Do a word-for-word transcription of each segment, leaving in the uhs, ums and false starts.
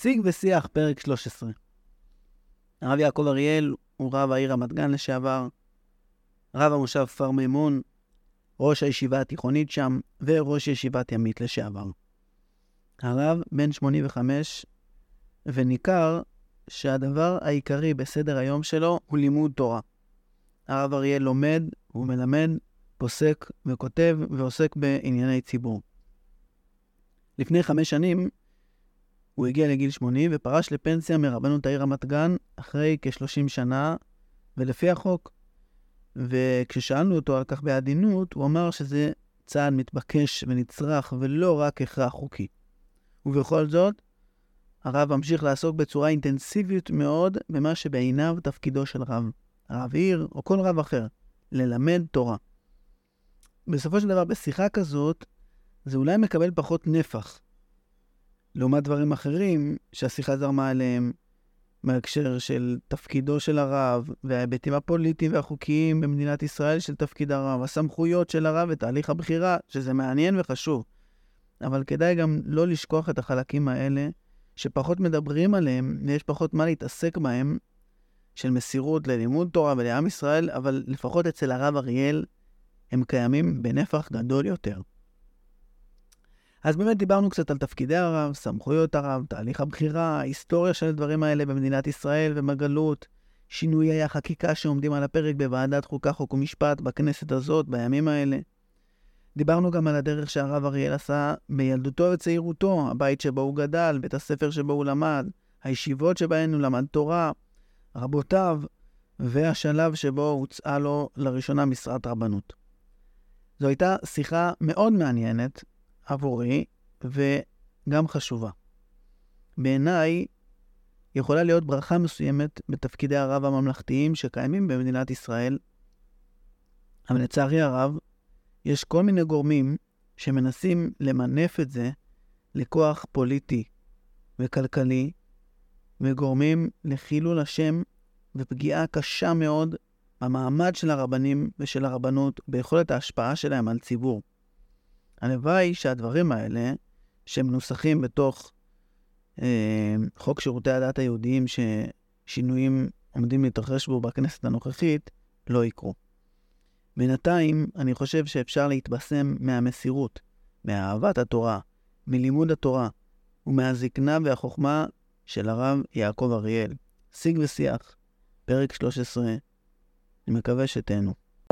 שיג ושיח, פרק שלוש עשרה. הרב יעקב אריאל הוא רב העיר רמת גן לשעבר, רב המושב כפר מימון, ראש הישיבה התיכונית שם, וראש ישיבת ימית לשעבר. הרב בן שמונים וחמש, וניכר שהדבר העיקרי בסדר היום שלו הוא לימוד תורה. הרב אריאל לומד, הוא מלמד, פוסק וכותב ועוסק בענייני ציבור. לפני חמש שנים הוא הגיע לגיל שמונים ופרש לפנסיה מרבנות העיר רמת גן אחרי כ-שלושים שנה, ולפי החוק. וכששאלנו אותו על כך בעדינות, הוא אמר שזה צעד מתבקש ונצרך ולא רק הכרח חוקי. ובכל זאת, הרב המשיך לעסוק בצורה אינטנסיבית מאוד במה שבעיניו תפקידו של רב. רב עיר או כל רב אחר, ללמד תורה. בסופו של דבר, בשיחה כזאת, זה אולי מקבל פחות נפח. לעומת דברים אחרים שהשיחה זרמה עליהם, מהקשר של תפקידו של הרב, וההיבטים הפוליטיים והחוקיים במדינת ישראל של תפקיד הרב, הסמכויות של הרב ותהליך הבחירה, שזה מעניין וחשוב. אבל כדאי גם לא לשכוח את החלקים האלה, שפחות מדברים עליהם, ויש פחות מה להתעסק בהם, של מסירות ללימוד תורה ולעם ישראל, אבל לפחות אצל הרב אריאל, הם קיימים בנפח גדול יותר. אז באמת דיברנו קצת על תפקידי הרב, סמכויות הרב, תהליך הבחירה, ההיסטוריה של הדברים האלה במדינת ישראל ומגלות, שינויי החקיקה שעומדים על הפרק בוועדת חוקה, חוק ומשפט בכנסת הזאת, בימים האלה. דיברנו גם על הדרך שהרב אריאל עשה בילדותו וצעירותו, הבית שבו הוא גדל, בית הספר שבו הוא למד, הישיבות שבהן הוא למד תורה, רבותיו, והשלב שבו הוצאה לו לראשונה משרת רבנות. זו הייתה שיחה מאוד מעניינת עבורי וגם חשובה. בעיניי יכולה להיות ברכה מסוימת בתפקידי הרב הממלכתיים שקיימים במדינת ישראל, אבל לצערי הרב יש כל מיני גורמים שמנסים למנף את זה לכוח פוליטי וכלכלי, וגורמים לחילול השם ופגיעה קשה מאוד במעמד של הרבנים ושל הרבנות, ביכולת ההשפעה שלהם על ציבור. הלוואי שהדברים האלה, שהם נוסחים בתוך אה, חוק שירותי הדת היהודיים, ששינויים עומדים להתרחש בו בכנסת הנוכחית, לא יקרו. בינתיים, אני חושב שאפשר להתבשם מהמסירות, מהאהבת התורה, מלימוד התורה, ומהזקנה והחוכמה של הרב יעקב אריאל. שיג ושיח, פרק שלוש עשרה. אני מקווה שתהנו.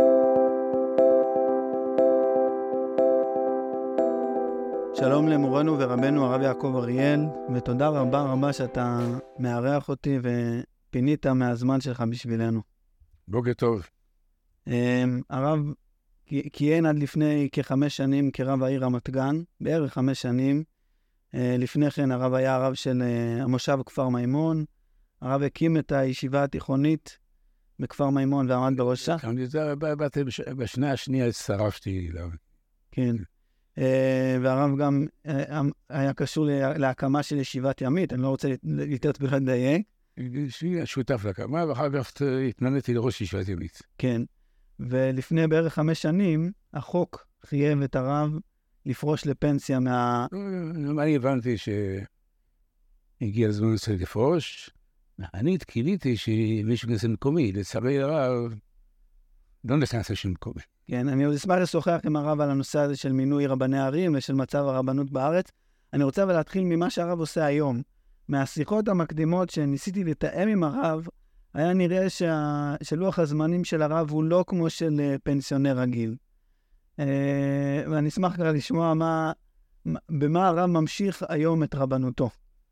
שלום למורנו ורבנו הרב יעקב אריאל, ותודה רבה רבה שאתה מארח אותי ופינית מהזמן שלך בשבילנו. בוקר טוב. הרב כיהן עד לפני כחמש שנים כרב העיר רמת גן, בערך חמש שנים. לפני כן הרב היה הרב של המושב כפר מימון, הרב הקים את הישיבה התיכונית בכפר מימון ועמד בראשה. אני יודע, בשנה השנייה הצטרפתי אליו. כן. והרב גם היה קשור להקמה של ישיבת ימית, אני לא רוצה לתת בכלל לדייק. שהיא שותף להקמה, ואחר כך התמניתי לראש ישיבת ימית. כן, ולפני בערך חמש שנים, החוק חייב את הרב לפרוש לפנסיה מה... אני הבנתי שהגיע הזמן לצאת לפרוש, אני התקיליתי שמישהו כנסה מקומי, לצערי הרב, לא נכנס לשום מקומי. כן, אני עוד אשמח לשוחח עם הרב על הנושא הזה של מינוי רבני ערים ושל מצב הרבנות בארץ. אני רוצה אבל להתחיל ממה שהרב עושה היום. מהשיחות המקדימות שניסיתי לתאם עם הרב, היה נראה שה... שלוח הזמנים של הרב הוא לא כמו של פנסיונר רגיל. ואני אשמח ככה לשמוע מה... במה הרב ממשיך היום את רבנותו.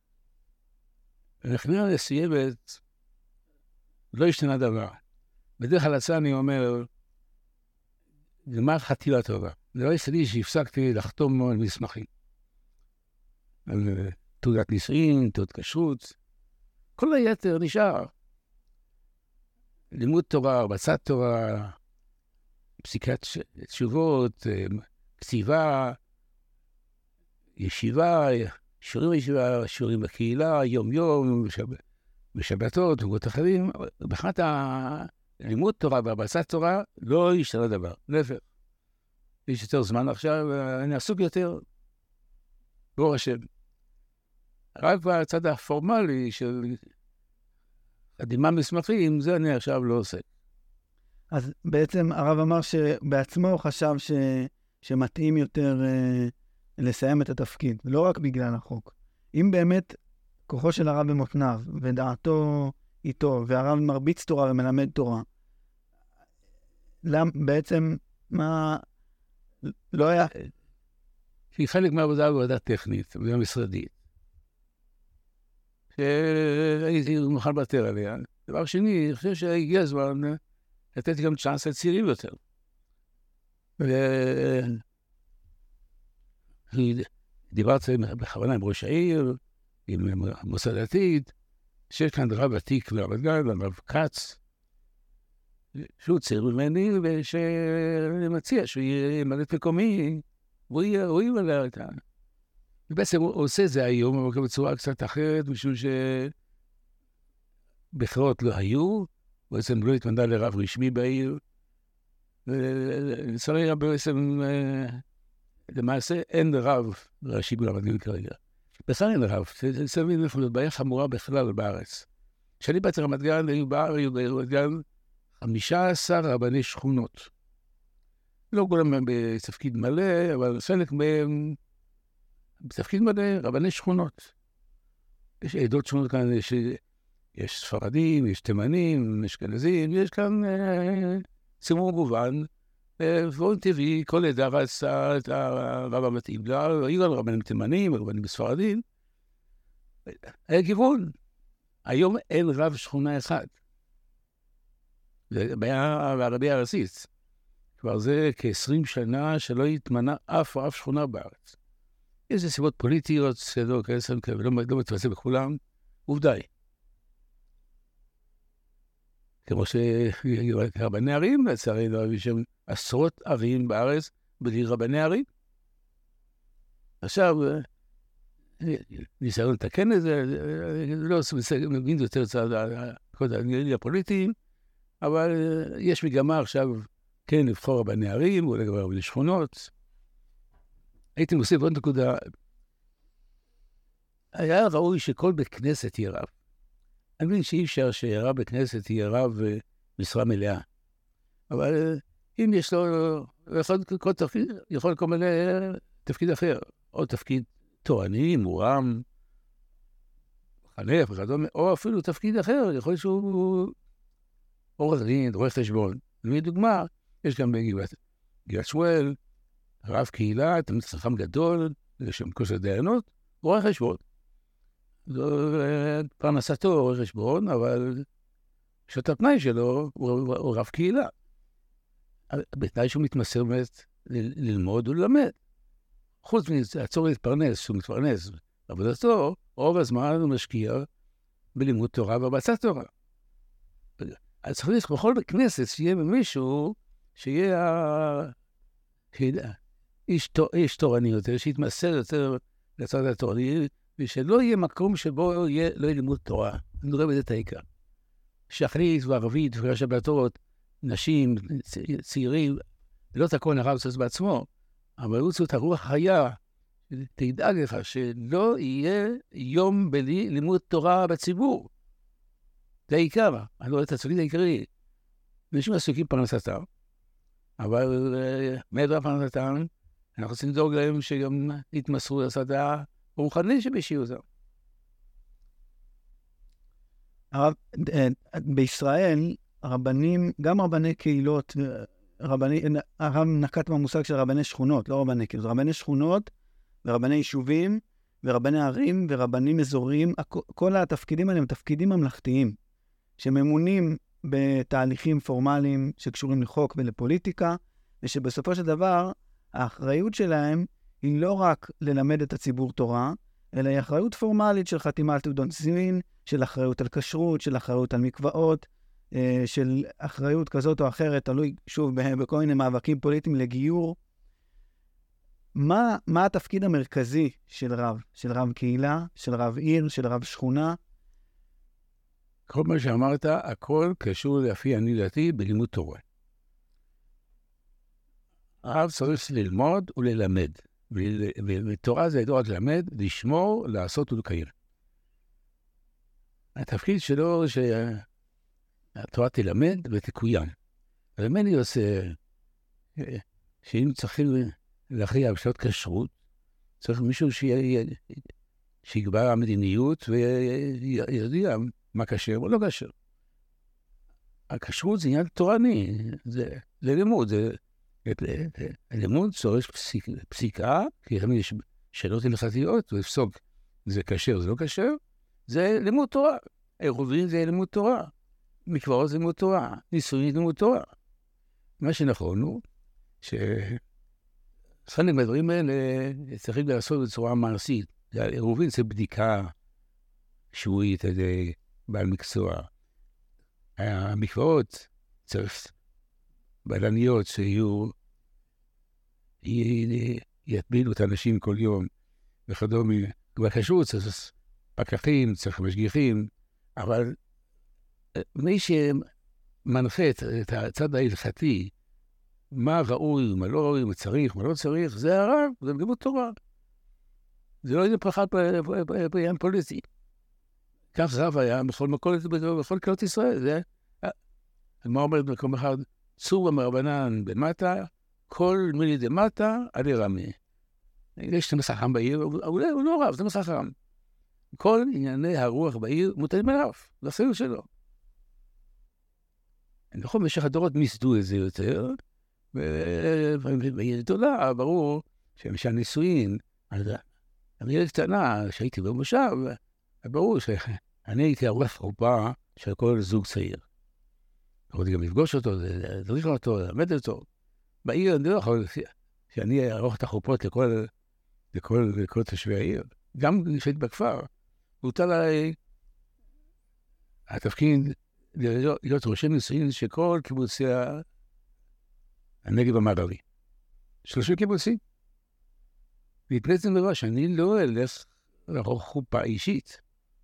לפני לסייבת, לא השתנה דבר. בדרך כלל הצעה אני אומר, גמר חתילה טובה. זה לא יסודי שהפסקתי לחתום על מסמכים. על תעודת נישואין, תעודת כשרות. כל היתר נשאר. לימוד תורה, הרבצת תורה, פסיקת תשובות, כתיבה, ישיבה, שיעורים בישיבה, שיעורים בקהילה, יום-יום, בשבתות, ובות אחרים. בכלל הלימוד תורה והרבצת תורה לא ישתנה דבר. להפך. יש יותר זמן עכשיו, אני עסוק יותר. ברוך השם. רק בצד הפורמלי של חתימה מסמכים, זה אני עכשיו לא עושה. אז בעצם הרב אמר שבעצמו הוא חשב ש... שמתאים יותר אה, לסיים את התפקיד, לא רק בגלל החוק. אם באמת כוחו של הרב במותניו, ודעתו איתו, והרב מרביץ תורה ומלמד תורה, למ... בעצם מה... לא היה... שהיא חלק מהעבודה בעבודה טכנית, עבודה משרדית. שהייתי מוכן לוותר עליה. דבר שני, אני חושב שהגיע הזמן לתת גם צ'אנס לצעירים יותר. דיברתי בכוונה עם ראש העיר, עם מוסד עתיד, שיש כאן רב עתיק ברמת גן, רב כץ, שהוא צעיר ממני, ושאני מציע שהוא ימלא את מקומי, והוא ימלא את ה... ובעצם הוא עושה את זה היום, אבל גם בצורה קצת אחרת, משום שבחירות לא היו, בעצם לא התמנה לרב רשמי בעיר, ולצערי רב בעצם, למעשה אין רב ראשי ברמת גן כרגע. בכלל אין רב, זה בעיה חמורה בכלל בארץ. כשאני באתי רמת גן, היו ברמת גן חמישה עשר רבני שכונות. לא כולם בתפקיד מלא, אבל חלק מהם בתפקיד מלא, רבני שכונות. יש עדות שונות כאן, יש, יש ספרדים, יש תימנים, יש אשכנזים, יש כאן אה, ציבור מגוון, ועוד טבעי, כל עדה רצה את הרב המתאים לה, היו גם רבנים תימנים, רבנים ספרדים. היה גיוון. היום אין רב שכונה אחד. זה בעיה בערבי הרסית. כבר זה כ-עשרים שנה שלא התמנה אף רב שכונה בארץ. איזה סיבות פוליטיות, סדר כסף, ולא מתבצע בכולם, עובדה היא. כמו שרבני ערים, לצערי, יש שם עשרות ערים בארץ, בלי רבני ערים. עכשיו, ניסיון לתקן את זה, לא מבין יותר צעד העניינים הפוליטיים, אבל יש מגמה עכשיו, כן, לבחור רבני ערים, או לגבי רבני שכונות. הייתי מוסיף עוד נקודה. היה ראוי שכל בית כנסת יהיה רב. אני מבין שאי אפשר שרב בכנסת יהיה רב משרה מלאה. אבל אם יש לו, יכול כל תפקיד, יכול כל מיני תפקיד אחר, או תפקיד תורני, מורם, חנך וכדומה, או אפילו תפקיד אחר, יכול שהוא עורך דין, רואה חשבון. לדוגמה, יש גם בגבעת שמואל, רב קהילה, תמיד חכם גדול, לשם כושר דיינות, רואה חשבון. זו פרנסתו רואה חשבון, אבל שעות הפנאי שלו הוא, הוא רב קהילה. בתנאי שהוא מתמסר באמת ללמוד וללמד. חוץ מהצורך להתפרנס, שהוא מתפרנס בעבודתו, רוב הזמן הוא משקיע בלימוד תורה ובהבצת תורה. אז צריך בכל בכנסת שיהיה מישהו, שיהיה איש, איש תורני יותר, שיתמסר יותר לצד התורני, ושלא יהיה מקום שבו יהיה, לא יהיה לימוד תורה. אני רואה בזה את העיקר. שחרית וערבית, וקרא שבתות, נשים, צעירים, ולא תקון הרב צוץ בעצמו, אבל הוא צוץ הרוח חיה, תדאג לך שלא יהיה יום בלי לימוד תורה בציבור. זה העיקר, אני לא רואה את הצוקים העיקרי. אנשים עסוקים פרנסתם, אבל מעבר פרנסתם, אנחנו רוצים לדאוג להם שגם יתמסרו לסדה רוחני שבשיעו אותם. הרב, בישראל, רבנים, גם רבני קהילות, רבני, הרב נקט במושג של רבני שכונות, לא רבני קהילות, רבני שכונות ורבני יישובים ורבני ערים ורבנים אזוריים, כל התפקידים האלה הם תפקידים ממלכתיים, שממונים בתהליכים פורמליים שקשורים לחוק ולפוליטיקה, ושבסופו של דבר האחריות שלהם היא לא רק ללמד את הציבור תורה, אלא היא אחריות פורמלית של חתימת תעודות זיהוי, של אחריות על כשרות, של אחריות על מקוואות, של אחריות כזאת או אחרת, תלוי שוב בכל מיני מאבקים פוליטיים לגיור. מה, מה התפקיד המרכזי של רב? של רב קהילה, של רב עיר, של רב שכונה? כל מה שאמרת, הכל קשור לפי אני דעתי בלימוד תורה. הרב צריך ללמוד וללמד. ותורה זה לא רק ללמד, לשמור, לעשות ולקיים. התפקיד שלו שהתורה תלמד ותקוים. אבל מה אני עושה? שאם צריכים להכריע בשעות כשרות, צריך מישהו שיקבע המדיניות ויודע מה כשר או לא כשר. הכשרות זה עניין תורני, זה, זה לימוד, זה לימוד צורך פסיק, פסיקה, כי יש שאלות הלכתיות, ולפסוק זה כשר, זה לא כשר, זה לימוד תורה. עירובין זה לימוד תורה, מקוואות זה לימוד תורה, נישואין זה לימוד תורה. מה שנכון הוא, שחלק מהדברים האלה צריכים לעשות בצורה מעשית. עירובין זה בדיקה שבועית על ידי בעל מקצוע. המקוואות צריך בלניות שיהיו, יטבילו את האנשים כל יום וכדומה. בכשרות צריך פקחים, צריך משגיחים, אבל מי שמנחה את הצד ההלכתי, מה ראוי, מה לא ראוי, מה צריך, מה לא צריך, זה הרב, זה לימוד תורה. זה לא יהיה פחד בעניין פוליטי. כך רב היה בכל מקום, בכל כלות ישראל. זה, מה אומר במקום אחד? צור המרבנן במטה, כל מיני דמטה, עלי רמי. יש שני מסחם בעיר, אולי הוא לא רב, זה מסחם. כל ענייני הרוח בעיר מוטלים עליו, זה הסדר שלו. נכון, במשך הדורות מיסדו את זה יותר, ובעיר גדולה, ברור, שמשל נישואין, אני ילד קטנה, שהייתי במושב, ברור שאני הייתי ערוך חופה של כל זוג צעיר. יכולתי גם לפגוש אותו, לדריך אותו, ללמד אותו. בעיר אני לא יכול שאני אערוך את החופות לכל, לכל, לכל תושבי העיר. גם כשהייתי בכפר, הוטל עליי התפקיד להיות ראשי נישואין של כל קיבוצי הנגב המערבי. שלושים קיבוצים. והתפלאתי מראש שאני לא אלך לערוך חופה אישית.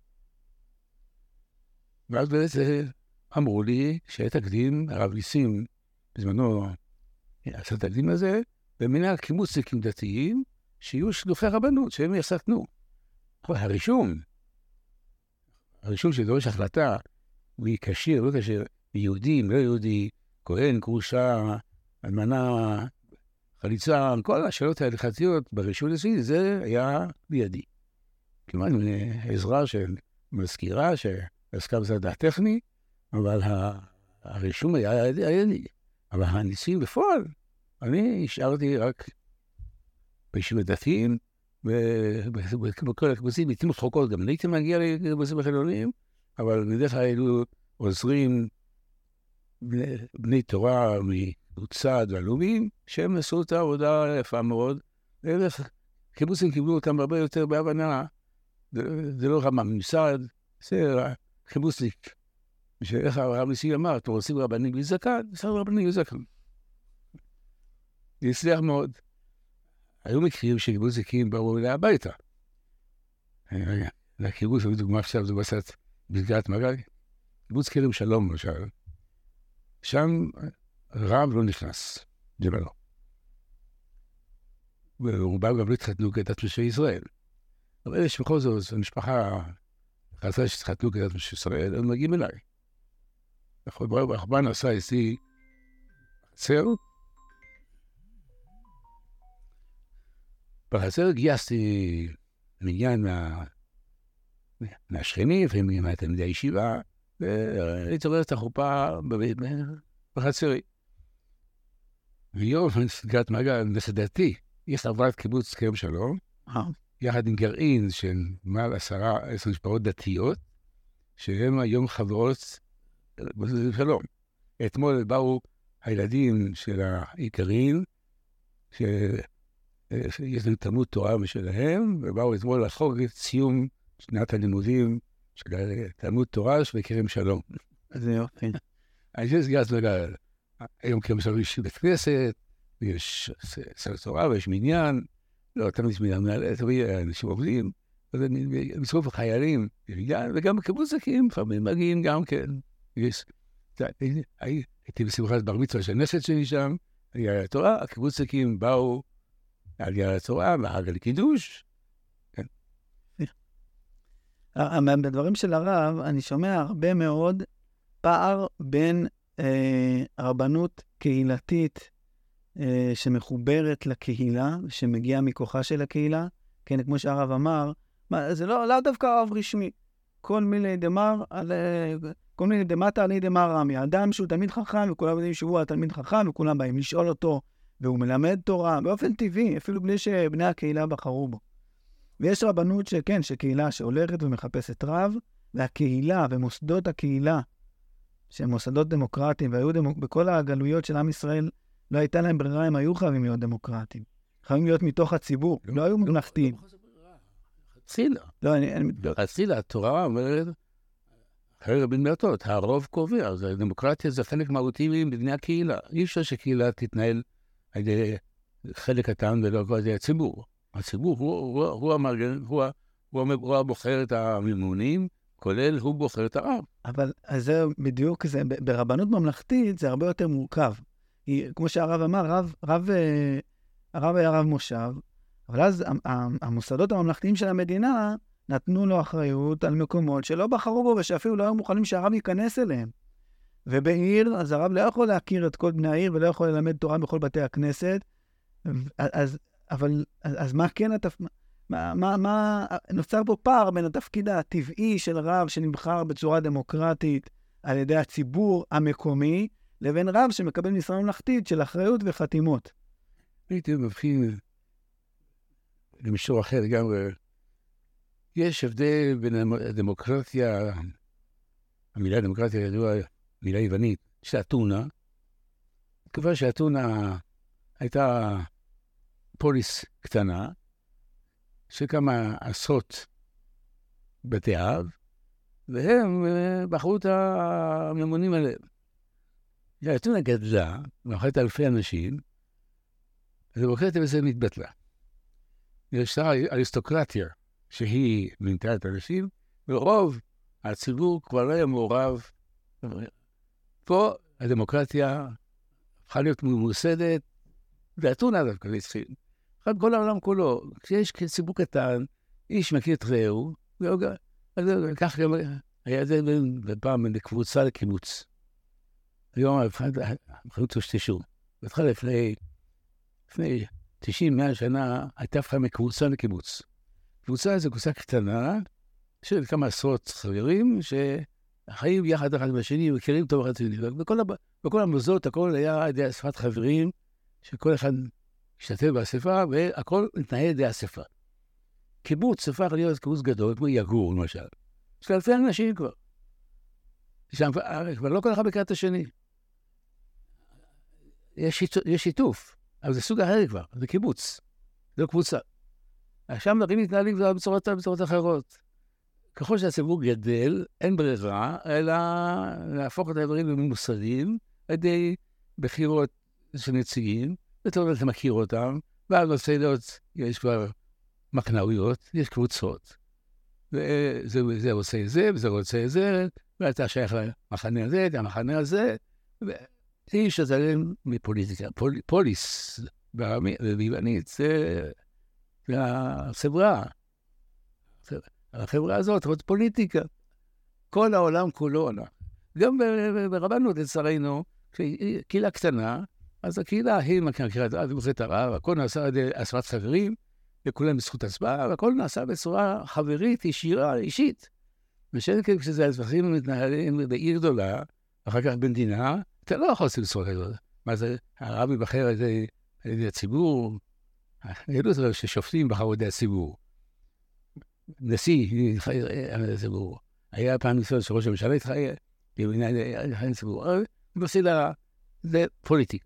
ואז בעצם אמרו לי שהיה תקדים, הרב ניסים, בזמנו עשה תקדים הזה, במינהל קיבוצניקים דתיים, שיהיו שלוחי רבנות, שהם יסתנו. הרישום, הרישום שדורש החלטה, הוא כשיר, לא כשיר, יהודים, לא יהודי, כהן, גרושה, אלמנה, חליצה, כל השאלות ההלכתיות ברישום הזה, זה היה בידי. כמובן, עזרה של מזכירה, שעסקה בצד הטכני, אבל הרישום היה ידי. אבל הניסים בפועל, אני השארתי רק בישיבות דתיים, ובכל הקיבוצים, התאים חוקות, גם הייתי מגיע לקיבוצים החילוניים, אבל בדרך כלל היו עוזרים בני תורה מקבוצת והלאומיים, שהם עשו את העבודה יפה מאוד, וקיבוצים קיבלו אותם הרבה יותר בהבנה, זה לא רמה ממסד, זה קיבוצניק. שאיך הרב ניסים אמר, אתם רוצים רבנים בלי זקן? בסדר, רבנים בלי זקן. זה הצליח מאוד. היו מקרים שקיבוצניקים באו אליה הביתה. לקיבוץ, בדוגמה עכשיו, זה בסת בגלת מגל. קיבוץ כרם שלום, למשל. שם רב לא נכנס, זה לא. ורובם גם לא התחתנו כדת משה ישראל. אבל יש בכל זאת, המשפחה חצה שתחתנו כדת משה ישראל, הם מגיעים אליי. החבן עשה אצלי חצר. בחצר גייסתי מניין מה... מהשכנים, ומהתלמידי הישיבה, והייתי עובר את החופה בחצרי. ויום סגרת מעגל מסדרתי, יש עברת קיבוץ כרם שלום, יחד עם גרעין של מעל עשרה, עשר משפחות דתיות, שהם היום חברות בשלום. אתמול באו הילדים של העיקרין, שיש להם תלמוד תורה משלהם, ובאו אתמול לחוג את סיום שנת הלימודים של תלמוד תורה של כרם שלום. זה יופי. אני חושב שגרס בגלל, היום כרם שלום יש בית כנסת, ויש סל תורה ויש מניין, לא, תמיד יש מניין מעלה, תמיד אנשים עובדים, בסוף החיילים, וגם בקיבוצניקים, לפעמים מגיעים גם כן. הייתי בשמחת בר מצווה של נכד שלי שם, היה התורה, הקיבוצניקים באו על התורה, מהגל קידוש. בדברים של הרב, אני שומע הרבה מאוד פער בין אה, רבנות קהילתית אה, שמחוברת לקהילה, שמגיעה מכוחה של הקהילה, כן, כמו שהרב אמר, מה, זה לא, לא דווקא רב רשמי. כל מילי דמר, על, כל מילי דמטה עלי דמר רמי. אדם שהוא תלמיד חכם, וכולם יודעים שהוא התלמיד חכם, וכולם באים לשאול אותו, והוא מלמד תורה, באופן טבעי, אפילו בלי שבני הקהילה בחרו בו. ויש רבנות שכן, שקהילה שהולכת ומחפשת רב, והקהילה ומוסדות הקהילה, שהם מוסדות דמוקרטיים, והיו דמוק... בכל הגלויות של עם ישראל, לא הייתה להם ברירה, הם היו חייבים להיות דמוקרטיים. חייבים להיות מתוך הציבור, לא היו ממלכתיים. חצילה. לא, אני... חצילה, התורה אומרת, אחרי רבים מעטות, הרוב קובע, אז הדמוקרטיה זה חלק מהותי מבני הקהילה. אי אפשר שקהילה תתנהל על ידי חלק קטן ולא על ידי הציבור. הציבור הוא, הוא, הוא המארגן, הוא, הוא, הוא הבוחר את המימונים, כולל הוא בוחר את הרב. אבל זה בדיוק, זה, ברבנות ממלכתית זה הרבה יותר מורכב. היא, כמו שהרב אמר, רב, רב, הרב היה רב מושב, אבל אז המוסדות הממלכתיים של המדינה נתנו לו אחריות על מקומות שלא בחרו בו ושאפילו לא היו מוכנים שהרב ייכנס אליהם. ובעיר, אז הרב לא יכול להכיר את כל בני העיר ולא יכול ללמד תורה בכל בתי הכנסת. אז, אבל, אז, אז מה כן התפ... מה, מה, מה... נוצר פה פער בין התפקיד הטבעי של רב שנבחר בצורה דמוקרטית על ידי הציבור המקומי, לבין רב שמקבל משרה ממלכתית של אחריות וחתימות. הייתי מבחין למישור אחר גם, יש הבדל בין הדמוקרטיה, המילה דמוקרטיה ידוע, מילה יוונית, של אתונה, כבר שאתונה הייתה פוליס קטנה, של כמה עשרות בתי אב, והם בחרו את הממונים עליהם. האתונה גדלה, ואחרת אלפי אנשים, הדמוקרטיה בזה מתבטלה. יש אריסטוקרטיה, שהיא מינתה את האנשים, ורוב הציבור כבר לא היה מעורב. פה הדמוקרטיה הפכה להיות ממוסדת, ואתונה דווקא להתחיל. אחת כל העולם כולו, כשיש ציבור קטן, איש מכיר את רעהו, וכך גם היה זה פעם לקבוצה לקיבוץ. היום המחנות הושתשו. בהתחלה לפני, לפני תשעים מאה שנה, הייתה הפכה מקבוצה לקיבוץ. קבוצה זו קבוצה קטנה, של כמה עשרות חברים, שחיים יחד אחד בשני, מכירים טוב אחד שני. בכל המוסדות, הכל היה על ידי אספת חברים, שכל אחד השתתף באספה, והכל מתנהל על ידי אספה. קיבוץ הפך להיות קיבוץ גדול, כמו יגור, למשל. יש אלפי אנשים כבר. שם כבר לא כל אחד מכיר את השני. יש, יש שיתוף, אבל זה סוג אחר כבר, זה קיבוץ, זה לא קבוצה. עכשיו דברים מתנהלים כבר בצורות, בצורות אחרות. ככל שהציבור גדל, אין ברירה, אלא להפוך את הדברים לממוסדים, על ידי בחירות של נציגים, וטוב אתה מכיר אותם, ואז בסיידות יש כבר מקנאויות, יש קבוצות. וזה זה רוצה את זה, וזה רוצה את זה, ואתה שייך למחנה הזה, את המחנה הזה, ואיש הזלם מפוליטיקה, פול, פוליס, ביוונית, זה, זה החברה. החברה הזאת, זאת פוליטיקה. כל העולם כולו, גם ברבנות לצערנו, קהילה קטנה, אז הקהילה היא מכירה את הרב, הכל נעשה על ידי אספת חברים, וכולם בזכות הצבעה, והכל נעשה בצורה חברית, ישירה, אישית. ושאין כן כשזה האזרחים מתנהלים בעיר גדולה, אחר כך במדינה, אתה לא יכול לעשות בצורה כזאת. מה זה, הרב ייבחר על ידי, על ידי הציבור, ידעו את ששופטים בחרו על ידי הציבור. נשיא על ידי הציבור. היה פעם ניסיון שראש הממשלה התחייב, במדינה על ידי הציבור. ועושה לה, זה פוליטיקה.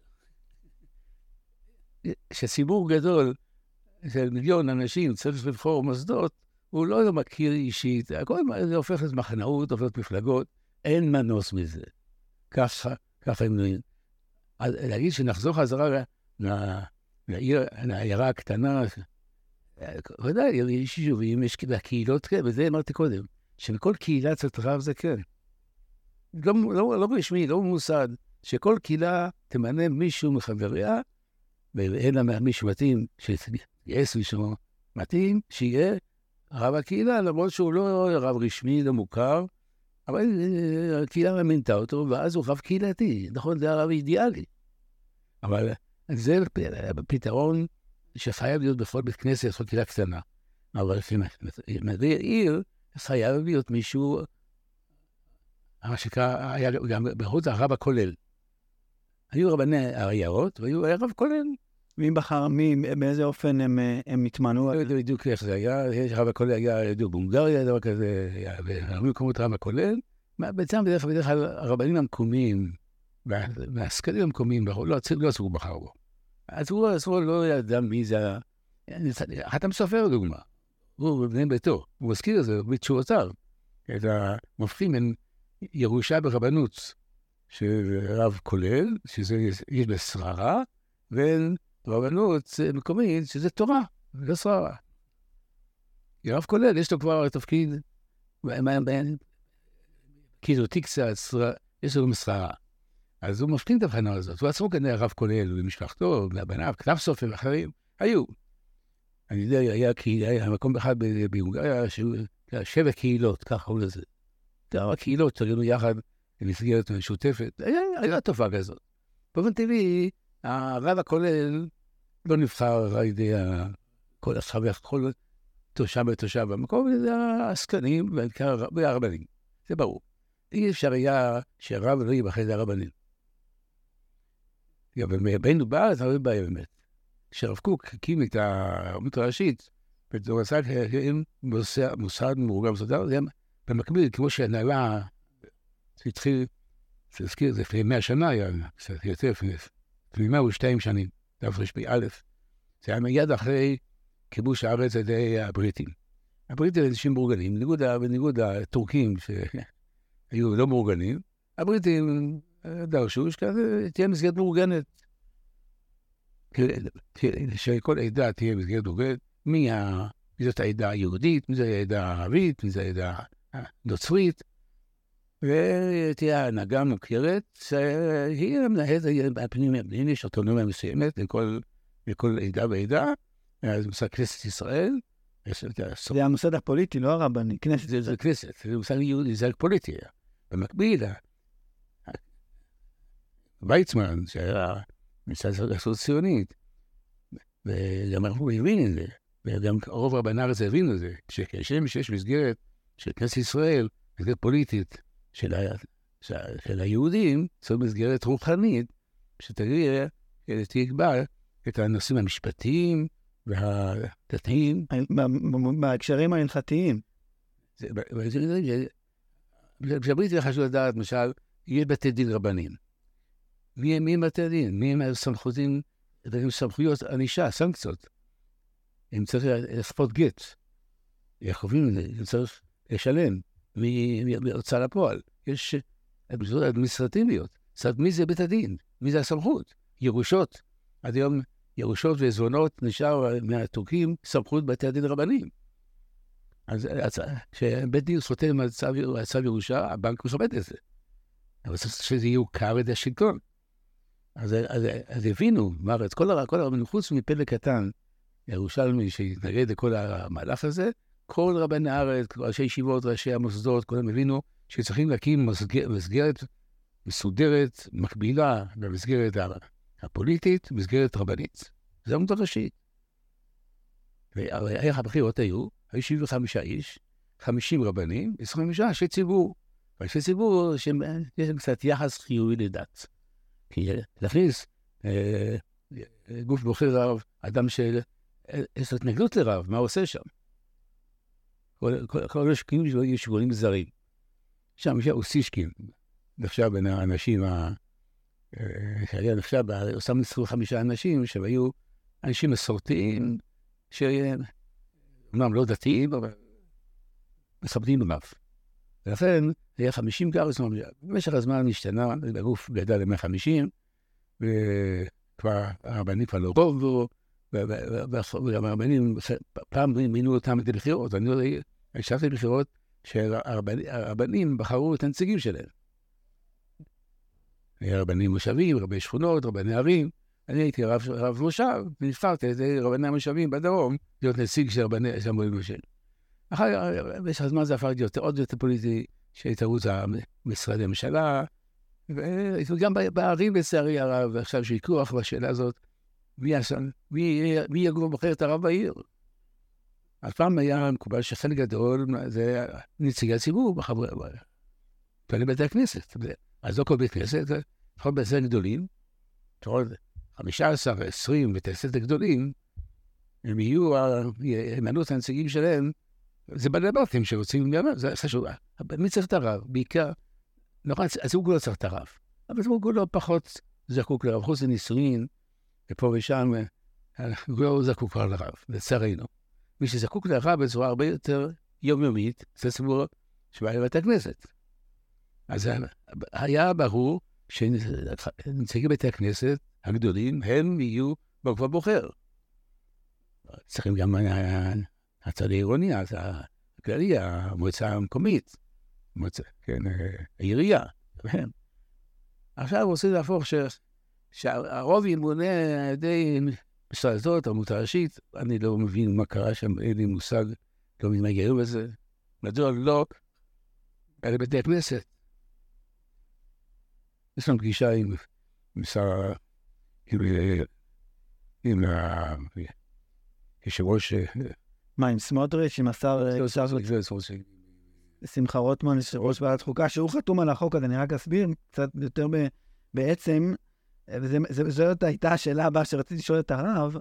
שציבור גדול, של מיליון אנשים צריך לבחור מוסדות, הוא לא מכיר אישית, הכל זה הופך את מחנאות, הופך את מפלגות, אין מנוס מזה. ככה, ככה הם נראים. אז להגיד שנחזור חזרה לעיר, לעיירה הקטנה, ודאי, יש יישובים, יש קהילות כאלה, וזה אמרתי קודם, שבכל קהילה צריך רב זה כן. לא, לא, לא רשמי, לא מוסד, שכל קהילה תמנה מישהו מחבריה, ואין לה מישהו מתאים, שיעש מישהו מתאים, שיהיה רב הקהילה, למרות שהוא לא רב רשמי, לא מוכר, אבל הקהילה מינתה אותו, ואז הוא רב קהילתי, נכון, זה הרב אידיאלי. אבל זה פתרון שחייב להיות בכל בית כנסת, בכל קהילה קטנה. אבל במדעי העיר, חייב להיות מישהו, מה שקרה, היה גם בחוץ הרב הכולל. היו רבני העיירות, והיו רב כולל. מי בחר, מי, באיזה אופן הם, הם התמנו? לא יודע בדיוק איך זה היה, הרב הכולל היה בונגריה, דבר כזה, והרבה מקומות רב הכולל. בעצם בדרך כלל הרבנים המקומיים, והעסקנים המקומיים, לא עשו בחר בו. אז הוא לא ידע מי זה, אתה מסופר דוגמה, הוא בבני ביתו, הוא מזכיר את זה בתשורותיו, את המופכים בין ירושה ברבנות, של רב כולל, שזה יש בשררה, ואין רבנות מקומית, שזה תורה, ולא שררה. רב כולל, יש לו כבר תפקיד, כאילו תיקסה, יש לו מסחרה. אז הוא מפתין את הבחנה הזאת, הוא עצמו כנראה רב כולל, ומשפחתו, והבניו, כתב סופר ואחרים, היו. אני יודע, היה, היה מקום אחד בהונגריה, שבע קהילות, ככה הוא לזה. כמה קהילות שהגענו יחד, במסגרת משותפת, היה, היה תופעה כזאת. באופן טבעי, הרב הכולל לא נבחר על ידי כל השווה, כל תושב ותושב במקום, זה העסקנים והרבנים, זה ברור. אי אפשר היה שהרב לא ייבחר לרבנים. בינינו בארץ, הרבה בעיה באמת. כשרב קוק הקים את הרבנות הראשית, הוא עשה עם מוסד מאורגן מסודר, זה במקביל, כמו שהנהלה, זה התחיל, זה הזכיר, זה לפני מאה שנה היה, קצת יותר לפני מאה ושתיים שנים, זה רשמי א', זה היה מיד אחרי כיבוש הארץ על ידי הבריטים. הבריטים אנשים מאורגנים, בניגוד הטורקים שהיו לא מאורגנים, הבריטים דרשו שכזה תהיה מסגרת מאורגנת. שכל עדה תהיה מסגרת מאורגנת, מי זאת העדה היהודית, מי זאת העדה הערבית, מי זאת העדה הנוצרית, ותהיה הנהגה מוכרת, שהיא המנהלת הפנימי, יש אוטונומיה מסוימת לכל עדה ועדה, זה מושג כנסת ישראל. זה המוסד הפוליטי, לא הרבני, כנסת. זה כנסת, זה מושג יהודי, זה פוליטי. במקביל, ויצמן, שהיה מצד הסוציונית, וגם אנחנו הבין את זה, וגם רוב רבני הארץ הבין את זה, שכשם שיש מסגרת של כנסת ישראל, מסגרת פוליטית של, ה... של היהודים, זו מסגרת רוחנית, שתגיע, תקבע את הנושאים המשפטיים והדתיים. בהקשרים ההלכתיים. בבריטיה חשוב לדעת, למשל, יהיה בתי דין רבנים. מי הם בתי דין? מי הם הסמכותים, סמכויות ענישה, סנקציות? הם צריך לספות גט. יכולים, הם צריך לשלם מהוצאה לפועל. יש אדמיניסטרטיביות אדמיניסטרטיביות. זאת אומרת, מי זה בית הדין? מי זה הסמכות? ירושות. עד היום ירושות ועזבונות נשאר מהטורקים סמכות בתי הדין רבניים. אז כשבית דין חותם על צו ירושה, הבנק מכבד את זה. אבל צריך שזה יוכר את השלטון. אז, אז, אז הבינו, מארץ, כל הרבנים, חוץ מפלג קטן, ירושלמי שהתנגד לכל המהלך הזה, כל רבני הארץ, ראשי ישיבות, ראשי המוסדות, כולם הבינו שצריכים להקים מסגרת, מסגרת מסודרת, מקבילה במסגרת הפוליטית, מסגרת רבנית. זה עמוד הראשי. ואיך הבחירות היו? היו שבעים וחמישה איש, חמישים רבנים, עשרים וחמישה אנשי ציבור. אנשי ציבור שיש להם קצת יחס חיובי לדת. כי להכניס אה, גוף בוחר רב, אדם של יש התנגדות לרב, מה הוא עושה שם? כל, כל, כל השקיעים שלו יהיו שגולים זרים. שם יש אוסישקים, נחשב בין האנשים, ה... שהיה נחשב, עושים עשרים וחמישה אנשים שהיו אנשים מסורתיים, שאומנם לא דתיים, אבל מכבדים במאב. ולכן זה היה חמישים גרס, במשך הזמן השתנה, הגוף גדל ל-מאה וחמישים, וכבר הרבנים כבר לא רוב, והרבנים פעם מינו אותם את הבחירות. אני חשבתי בבחירות שהרבנים בחרו את הנציגים שלהם. רבנים מושבים, רבי שכונות, רבני ערים. אני הייתי רב, רב מושב, ונבחרתי את רבני המושבים בדרום, להיות נציג של רבני המושבים. אחר במשך הזמן זה הפך להיות עוד יותר פוליטי, שהתערבות משרדי הממשלה, וגם בערים לצערי הרב, עכשיו שיקוח בשאלה הזאת, מי, מי, מי יגור בוחר את הרב בעיר? אז פעם היה מקובל שחלק גדול, זה נציגי הציבור, פני בתי הכנסת. אז לא כל בית כנסת, כל בית כנסת גדולים, חמישה עשר ועשרים בתי כנסת גדולים, הם יהיו, ימנו את הנציגים שלהם, זה בדבטים שרוצים לומר, זה חשוב. מי צריך את הרב? בעיקר, הציבור לא צריך את הרב. אבל הציבור לא פחות זקוק לרב, חוץ לנישואין, ופה ושם, לא זקוק כבר לרב, לצערנו. מי שזקוק לרב בצורה הרבה יותר יומיומית, זה ציבור שבא לבית הכנסת. אז היה ברור שנציגי בית הכנסת הגדולים, הם יהיו בגוף הבוחר. צריכים גם הצד העירוני, הכללי, המועצה המקומית, המועצה, כן, העירייה. עכשיו רוצים להפוך ש... שהרוב ימונה על ידי משרד הדתות, עמותה ראשית, אני לא מבין מה קרה שם, אין לי מושג, לא מבין מה יגיעו בזה. מדוע לא, אלה בתי הכנסת. יש לנו פגישה עם שר, עם יושב ראש... מה, עם סמוטריץ', עם השר... שמחה רוטמן, ראש ועדת חוקה, שהוא חתום על החוק הזה, אני רק אסביר קצת יותר בעצם, וזאת הייתה השאלה הבאה שרציתי לשאול את הרב,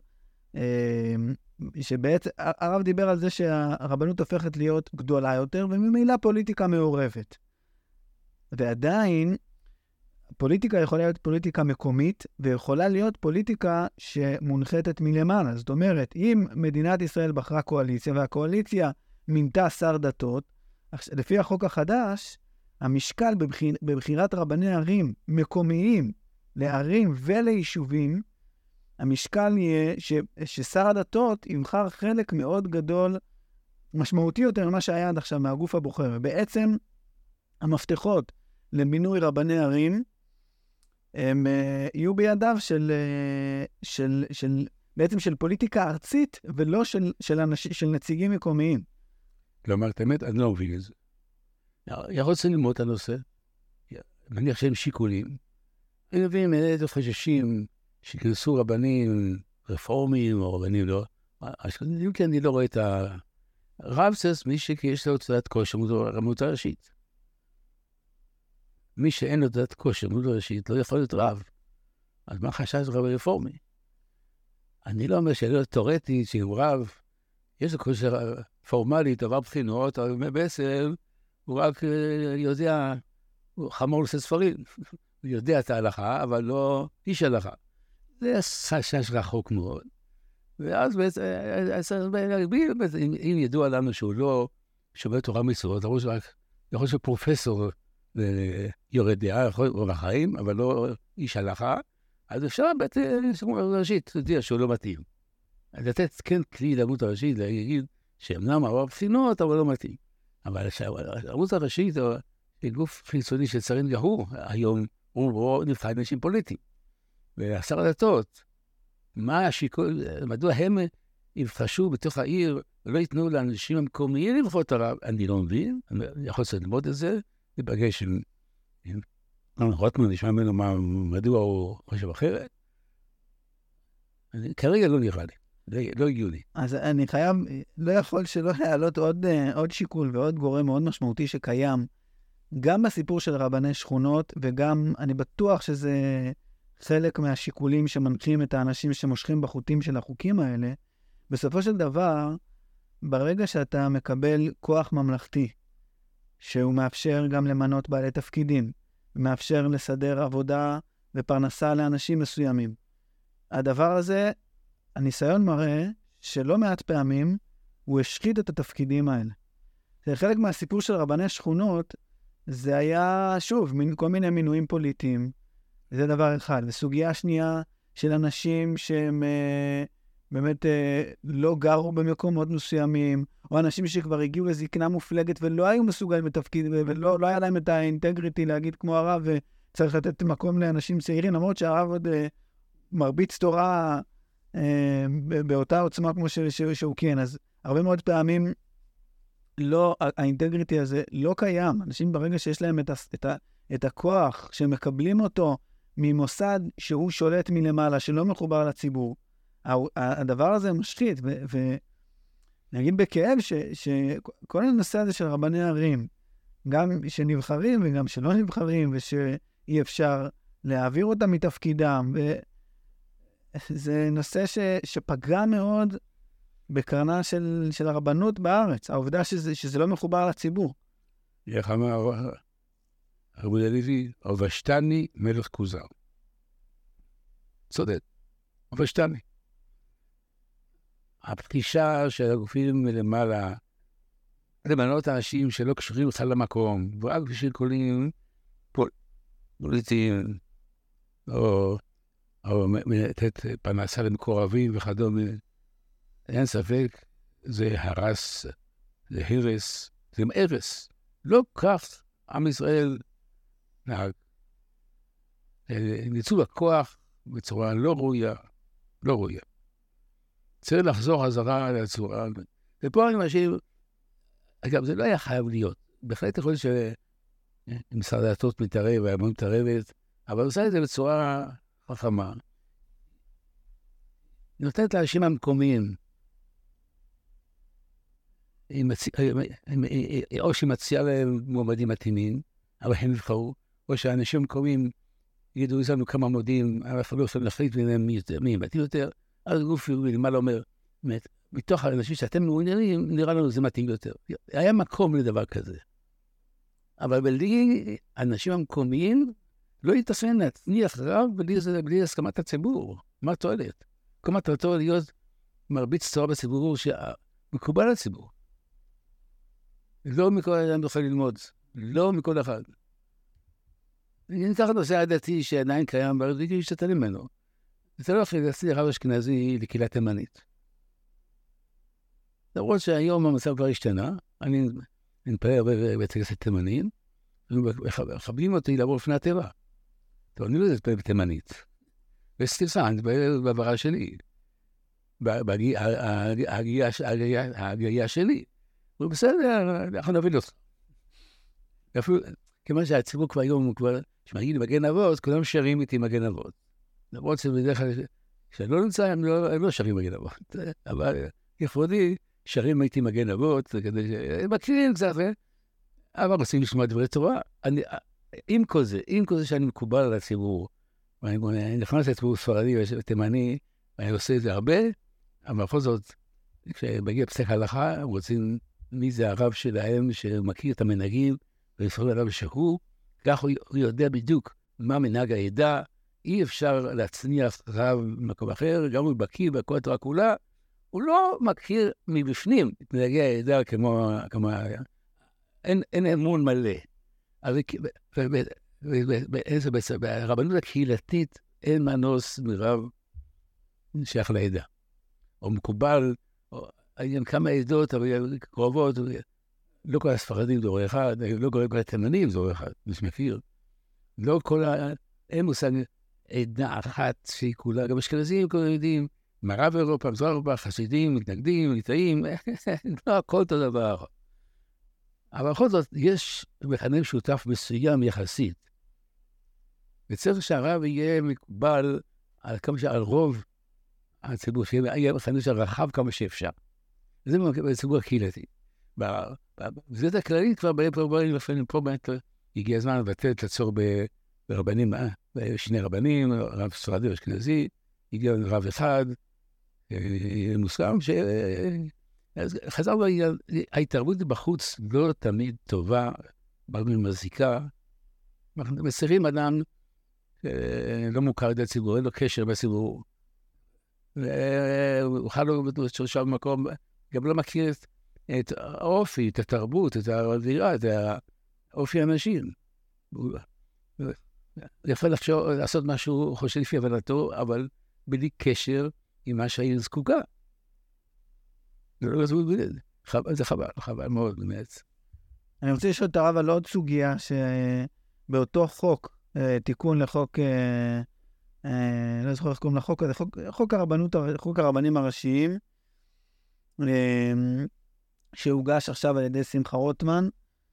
שבעצם הרב דיבר על זה שהרבנות הופכת להיות גדולה יותר, וממילא פוליטיקה מעורבת. ועדיין, פוליטיקה יכולה להיות פוליטיקה מקומית, ויכולה להיות פוליטיקה שמונחתת מלמעלה. זאת אומרת, אם מדינת ישראל בחרה קואליציה, והקואליציה מינתה שר דתות, לפי החוק החדש, המשקל בבחיר, בבחירת רבני ערים מקומיים לערים וליישובים, המשקל יהיה ש, ששר הדתות יבחר חלק מאוד גדול, משמעותי יותר ממה שהיה עד עכשיו מהגוף הבוחר. ובעצם המפתחות למינוי רבני ערים, הם uh, יהיו בידיו של, uh, של, של, בעצם של פוליטיקה ארצית, ולא של, של, אנש, של נציגים מקומיים. כלומר, האמת, אני לא מבין את זה. יכול ללמוד את הנושא, מניח שהם שיקולים. אני מבין, איזה חששים שכנסו רבנים רפורמיים או רבנים לא. אם כי אני לא רואה את הרב סס, מי שיש לו תעודת כושר, עמותה ראשית. מי שאין לו תעודת כושר, עמותה ראשית, לא יכול להיות רב. אז מה חשש רב רפורמי? אני לא אומר שלא תיאורטי, שהוא רב, יש לו כושר פורמלית, עבר בחינות, אבל בעצם הוא רק יודע, הוא חמור לעשות ספרים. הוא יודע את ההלכה, אבל לא איש הלכה. זה חשש רחוק מאוד. ואז בעצם, אם ידוע לנו שהוא לא שומר תורה מצוות, יכול להיות שפרופסור יורד דעה, או לחיים, אבל לא איש הלכה, אז אפשר בעצם, ראשית, תדע שהוא לא מתאים. אז לתת כן כלי לעמות הראשית, להגיד שאמנם עבר בחינות, אבל לא מתאים. אבל העמות הראשית, או גוף חיצוני שצריך גהור, היום הוא נבחר אנשים פוליטיים. והשר הדתות, מה השיקול, מדוע הם יבחשו בתוך העיר, ולא ייתנו לאנשים המקומיים לבחור את הרב? אני לא מבין, אני יכול ללמוד את זה, לפגש עם רוטמן, נשמע ממנו מדוע הוא חושב אחרת. כרגע לא נראה לי. לא הגיוני. אז אני חייב, לא יכול שלא להעלות עוד, עוד שיקול ועוד גורם מאוד משמעותי שקיים, גם בסיפור של רבני שכונות, וגם אני בטוח שזה חלק מהשיקולים שמנחים את האנשים שמושכים בחוטים של החוקים האלה. בסופו של דבר, ברגע שאתה מקבל כוח ממלכתי, שהוא מאפשר גם למנות בעלי תפקידים, מאפשר לסדר עבודה ופרנסה לאנשים מסוימים, הדבר הזה, הניסיון מראה שלא מעט פעמים הוא השחית את התפקידים האלה. זה חלק מהסיפור של רבני שכונות, זה היה, שוב, כל מיני מינויים פוליטיים. זה דבר אחד. וסוגיה שנייה של אנשים שהם אה, באמת אה, לא גרו במקומות מסוימים, או אנשים שכבר הגיעו לזקנה מופלגת ולא היו מסוגלים בתפקיד, ולא לא היה להם את האינטגריטי להגיד כמו הרב, וצריך לתת מקום לאנשים צעירים, למרות שהרב עוד אה, מרביץ תורה באותה עוצמה כמו שהוא כן. אז הרבה מאוד פעמים לא, האינטגריטי הזה לא קיים. אנשים ברגע שיש להם את, ה, את, ה, את הכוח, שמקבלים אותו ממוסד שהוא שולט מלמעלה, שלא מחובר לציבור, הדבר הזה משחית, ונגיד בכאב ש, שכל הנושא הזה של רבני ערים, גם שנבחרים וגם שלא נבחרים, ושאי אפשר להעביר אותם מתפקידם, וזה נושא ש, שפגע מאוד בקרנה של, של הרבנות בארץ, העובדה שזה, שזה לא מחובר לציבור. איך אמר רבי הלוי, הובשתני מלך כוזר. צודק, הובשתני. הפגישה של הגופים מלמעלה, למנות האנשים שלא קשורים בכלל למקום, ורק בשביל קולים פול, פוליטיים, או, או לתת פרנסה למקורבים וכדומה, אין ספק, זה הרס, זה הרס, זה הרס. לא כך עם ישראל נהג. ניצול הכוח בצורה לא ראויה, לא ראויה. צריך לחזור חזרה לצורה. ופה אני משאיר, אגב, זה לא היה חייב להיות. בהחלט יכול להיות שמשרד הדתות מתערב, והאמון מתערבת, אבל עושה את זה בצורה חכמה. היא נותנת לאנשים המקומיים, או שהיא מציעה להם מועמדים מתאימים, אבל הם נבחרו, או שהאנשים המקומיים ידעו לנו כמה מועמדים, אנחנו לא יכולים להחליט ביניהם מי מתאים יותר, אז גוף למעלה אומר, מתוך האנשים שאתם מעוניינים, נראה לנו זה מתאים יותר. היה מקום לדבר כזה. אבל בלי האנשים המקומיים, לא יתכן להצניח רב בלי, בלי הסכמת הציבור. מה תועלת? כל מטרתו להיות מרביץ תורה בציבור שמקובל לציבור. לא מכל אדם יוכל ללמוד, לא מכל אחד. ניקח את נושא הדתי שעדיין קיים, אבל זה ישתתן ממנו. זה לא יכול להצליח רב אשכנזי לקהילה תימנית. למרות שהיום המצב כבר השתנה, אני מתפלל בבית הכנסת תימנים, ומכבדים אותי לעבור לפני הטבע. טוב, אני לא יודע להתפלל בתימנית. וסליחה, אני מתפלל בעברה שלי. בהגייה שלי. ובסדר, אנחנו נבין אותך. ואפילו, כיוון שהציבור כבר היום, שמגיעים למגן אבות, כולם שרים איתי מגן אבות. למרות שבדרך כלל, כשאני לא נמצא, הם לא שרים מגן אבות. אבל לכבודי, שרים איתי מגן אבות, כדי שהם מכירים קצת, אבל רוצים לשמוע דברי תורה. עם כל זה, עם כל זה שאני מקובל על הציבור, ואני נכנס לציבור ספרדי ותימני, ואני עושה את זה הרבה, אבל בכל זאת, כשמגיע פסק הלכה, הם רוצים מי זה הרב שלהם, שמכיר את המנהגים, ולפעול עליו שהוא, כך הוא יודע בדיוק מה מנהג העדה, אי אפשר להצניח רב במקום אחר, גם הוא בקיא בכל התורה כולה, הוא לא מכיר מבפנים את מנהגי העדה כמו, כמו אין, אין אמון מלא. אבל ברבנות הקהילתית אין מנוס מרב שייך לעדה. או מקובל, או כמה עדות, אבל קרובות, לא כל הספרדים דור אחד, לא כל התימנים דור אחד, מי שמכיר. לא כל ה... אין מושג עדה אחת שהיא כולה, גם אשכנזים כל יודעים, מערב אירופה, מזרח אירופה, חסידים, מתנגדים, ליטאים, לא הכל אותו דבר. אבל בכל זאת, יש מכנה משותף מסוים יחסית. וצריך שהרב יהיה מקובל על כמה שעל רוב הציבור, שיהיה מכנה שרחב כמה שאפשר. זה בציבור הקהילתי. בזאת הכללית כבר לפעמים פה באמת הגיע הזמן לבטל את הצור ברבנים, שני רבנים, רב ספרדי ואשכנזי, הגיע רב אחד, מוסכם, חזר לעניין, ההתערבות בחוץ לא תמיד טובה, מזיקה, מסירים אדם לא מוכר את הציבור, אין לו קשר בציבור, הוא חל לו שורשה במקום, גם לא מכיר את האופי, את התרבות, את האווירה, את האופי האנשים. הוא יכול לחשוב, לעשות משהו, חושב לפי הבנתו, אבל בלי קשר עם מה שהעיר זקוקה. זה חבל, חבל מאוד, באמת. אני רוצה לשאול את הרב על עוד סוגיה, שבאותו חוק, תיקון לחוק, לא זוכר איך קוראים לחוק הזה, חוק הרבנות, חוק הרבנים הראשיים, שהוגש עכשיו על ידי שמחה רוטמן.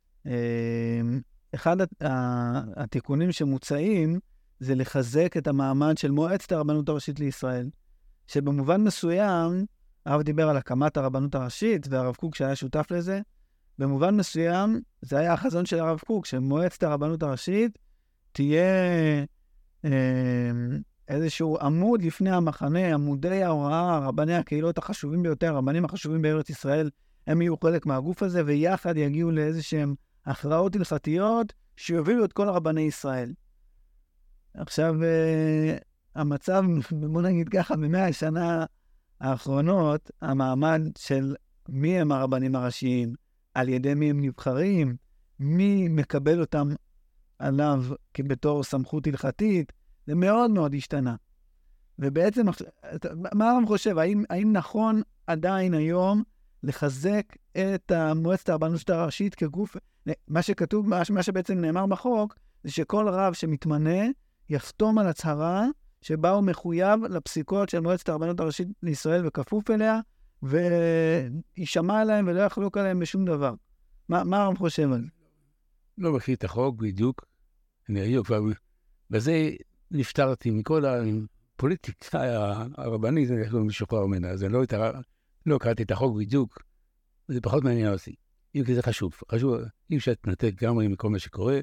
אחד התיקונים שמוצעים זה לחזק את המעמד של מועצת הרבנות הראשית לישראל, שבמובן מסוים, הרב דיבר על הקמת הרבנות הראשית, והרב קוק שהיה שותף לזה, במובן מסוים, זה היה החזון של הרב קוק, שמועצת הרבנות הראשית תהיה אה, איזשהו עמוד לפני המחנה, עמודי ההוראה, רבני הקהילות החשובים ביותר, הרבנים החשובים בארץ ישראל, הם יהיו חלק מהגוף הזה, ויחד יגיעו לאיזשהם הכרעות הלכתיות, שיובילו את כל רבני ישראל. עכשיו, אה, המצב, בוא נגיד ככה, במאה השנה האחרונות, המעמד של מי הם הרבנים הראשיים, על ידי מי הם נבחרים, מי מקבל אותם עליו כבתור סמכות הלכתית, זה מאוד מאוד השתנה. ובעצם, מה הרב חושב? האם, האם נכון עדיין היום לחזק את מועצת הרבנות הראשית כגוף? מה שכתוב, מה שבעצם נאמר בחוק, זה שכל רב שמתמנה יחתום על הצהרה שבה הוא מחויב לפסיקות של מועצת הרבנות הראשית לישראל וכפוף אליה, וישמע עליהם ולא יחלוק עליהם בשום דבר. מה, מה הרב חושב על זה? לא מכיר את החוק בדיוק. אני היום כבר, בזה נפטרתי מכל הפוליטיקה הרבנית, אני לא משוחרר ממנה, אז אני לא, לא קראתי את החוק בדיוק, זה פחות מעניין אותי. אם כי זה חשוב, חשוב, אי אפשר להתנתק גם מכל מה שקורה.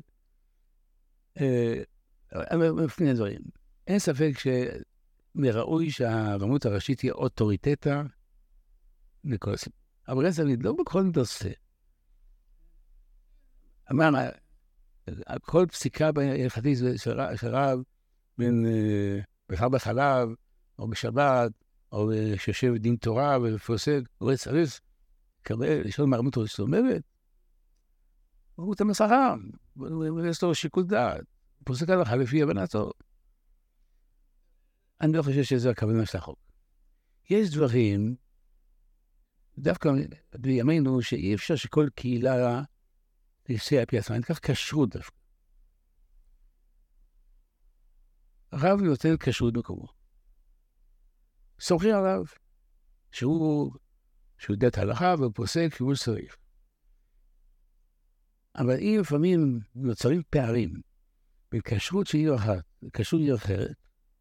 אבל מפני דברים. אין ספק שמראוי שהרבנות הראשית תהיה אוטוריטטה לכל הסיפור. אבל זה לא בכל נושא. אמר, כל פסיקה בהלכתית של רב, בין בחר בחלב, או בשבת, או שיושב דין תורה ופוסק, הוא צריך לקבל, לשאול מה הרבנות הראשית אומרת, הוא את המסכה, ויש לו שיקול דעת, פוסק הלכה לפי הבנתו. אני לא חושב שזו הכוונה של החוק. יש דברים, דווקא בימינו, שאי אפשר שכל קהילה תעשה על פי עצמה, ניקח כשרות דווקא. הרב נותן כשרות מקומו. סומכים עליו, שהוא, שהוא יודע את ההלכה והוא פוסק שהוא צריך. אבל אם לפעמים נוצרים פערים בין כשרות שהיא אחת וכשרות היא אחרת,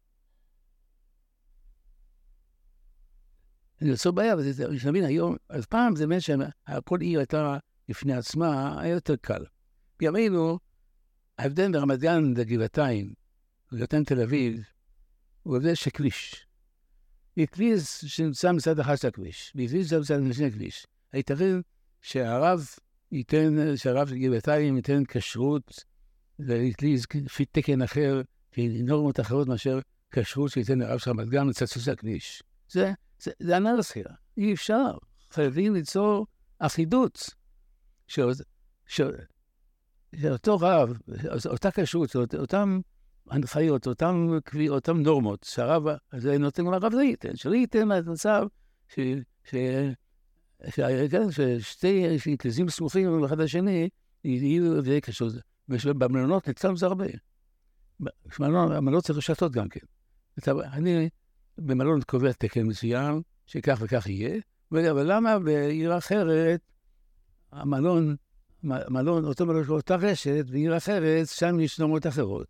אני יוצא בעיה, וזה נבין היום, אז פעם זה באמת שכל עיר הייתה לפני עצמה, היה יותר קל. בימינו, ההבדל ברמת גן לגבעתיים, לגבעתיים תל אביב, הוא הבדל של כביש. כביש שנמצא מצד אחד של הכביש, וכביש זה מצד משנה הכביש. היתרן שהרב ייתן, שהרב של גבעתיים ייתן כשרות, לכביש לפי תקן אחר, נורמות אחרות מאשר כשרות שייתן לרב של רמת גן מצד של הכביש. זה זה, זה אנרסיה, אי אפשר. חייבים ליצור אחידות. שאותו רב, אותה כשרות, אותם הנחיות, אותם, אותם נורמות, שהרב הזה נותן לרב זה ייתן, שלא ייתן למצב ששתי כלזים סמוכים אחד השני, יהיו הבדלי כשרות. במלונות נצלם זה הרבה. במלונות צריך לשתות גם כן. אני... במלון קובע תקן מסוים, שכך וכך יהיה, אבל למה בעיר אחרת, המלון, מלון, אותו מלון של אותה רשת, בעיר אחרת, שם יש נורמות אחרות.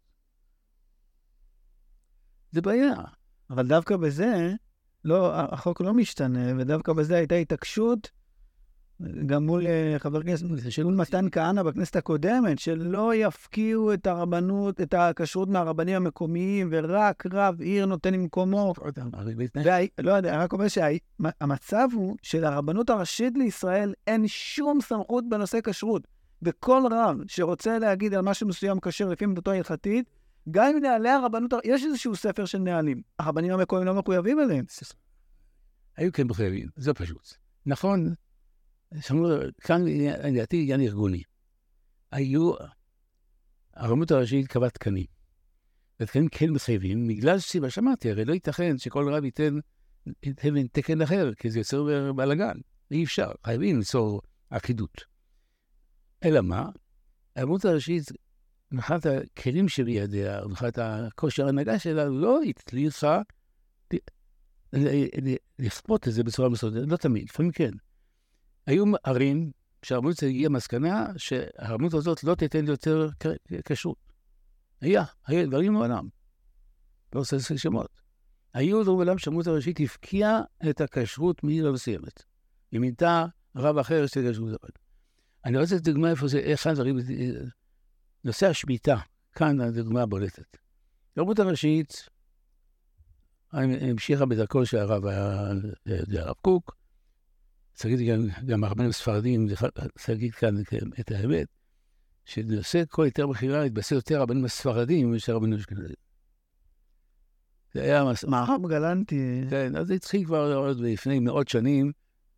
זה בעיה. אבל דווקא בזה, לא, החוק לא משתנה, ודווקא בזה הייתה התעקשות, גם מול חבר כנסת, מול מתן כהנא בכנסת הקודמת, שלא יפקיעו את הרבנות, את הכשרות מהרבנים המקומיים, ורק רב עיר נותן במקומו. לא יודע, רק אומר שהמצב הוא שלרבנות הראשית לישראל אין שום סמכות בנושא כשרות. וכל רב שרוצה להגיד על משהו מסוים כשר לפי עמדתו ההלכתית, גם אם נעלי הרבנות, יש איזשהו ספר של נהלים. הרבנים המקומיים לא מחויבים אליהם. היו כן מחויבים, זה פשוט. נכון, כאן לדעתי עניין ארגוני. היו, הרבנות הראשית קבעה תקנים. ותקנים כן מחייבים, בגלל שסיבה שמעתי, הרי לא ייתכן שכל רב ייתן, ייתן תקן אחר, כי זה יוצר בלגן. אי אפשר, חייבים ליצור אחידות. אלא מה? הרבנות הראשית, מבחינת הכלים שבידיה, מבחינת הכושר ההנהגה שלה, לא הצליחה לכפות את זה בצורה מסודרת, לא תמיד, לפעמים כן. היו ערים שהרבנות הגיעה מסקנה שהרבנות הזאת לא תיתן יותר כשרות. היה, היה דברים מעולם. לא עושה עשר שמות. היו דברים מעולם שהרבנות הראשית הפקיעה את הכשרות מעיר מסוימת. היא מינתה רב אחר של כשרות זאת. אני רוצה דוגמה איפה זה, איך הדברים, נושא השמיטה, כאן הדוגמה הבולטת. הרבנות הראשית המשיכה בדרכו של הרב, הרב קוק, צריך גם, גם הרבנים הספרדים, צריך להגיד כאן את האמת, שנושא כל יותר בחירה, התבסס יותר הרבנים הספרדים מאשר הרבנים אשכנזים. זה היה מערב גלנטי. כן, אז זה התחיל כבר עוד לפני מאות שנים.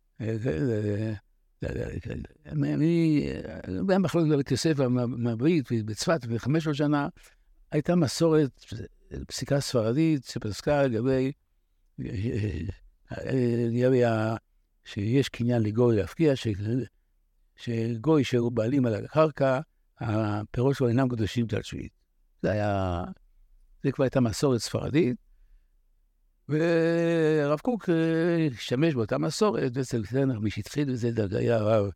אני, היה מחלוקת בבית יוסף מהברית, בצפת, בחמש עשרה שנה, הייתה מסורת, פסיקה ספרדית, שפסקה לגבי, לגבי שיש קניין לגוי להפקיע, שגוי שהוא בעלים על הקרקע, הפירות שלו אינם קדושים תל שביעית. זה היה, זה כבר הייתה מסורת ספרדית, והרב קוק השתמש באותה מסורת, אצל קטנר מי שהתחיל בזה, היה הרב,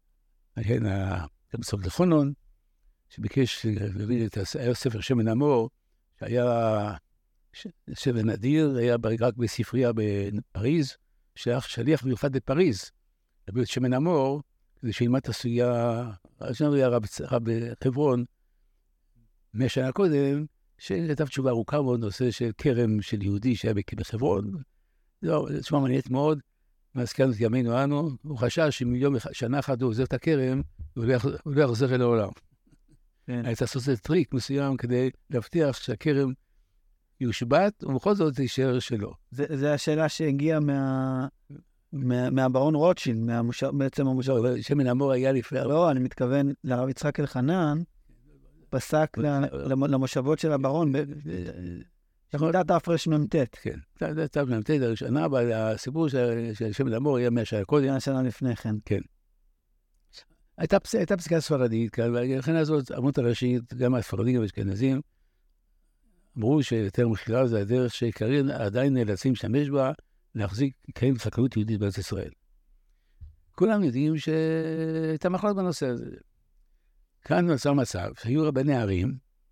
המסורת לחונון, שביקש להביא את ספר שמן המור, שהיה שמן אדיר, היה רק בספרייה בפריז, שליח מיוחד בפריז, להביא את שמן המור, כדי שילמד את הסוגיה, השנה היה רב בחברון, מאה שנה קודם, שכתב תשובה ארוכה מאוד, נושא של כרם של יהודי שהיה בחברון. זו תשובה מעניינת מאוד, מזכרנו את ימינו אנו, הוא חשש שמיום שנה אחת הוא עוזב את הכרם, הוא לא יחזור אל העולם. הייתה לעשות את טריק מסוים כדי להבטיח שהכרם יושבת, ובכל זאת יישאר שלו. זו השאלה שהגיעה מהברון רוטשילד, בעצם המושב. שמן המור היה לפני... לא, אני מתכוון לרב יצחק אלחנן, פסק למושבות של הברון, שיטת ההפרש ממתת. כן, שיטת ממתת הראשונה, אבל הסיפור של שמן המור היה מאה שנה קודם. מאה שנה לפני כן. כן. הייתה פסיקה ספרדית, ולכן הזאת, הרבנות הראשית, גם הספרדים גם האשכנזים, אמרו שיותר מכירה זה הדרך שעיקריים עדיין נאלצים להשתמש בה, להחזיק קיים חקלאות יהודית בארץ ישראל. כולם יודעים שהייתה מחלוקת בנושא הזה. כאן נוצר מצב שהיו רבני ערים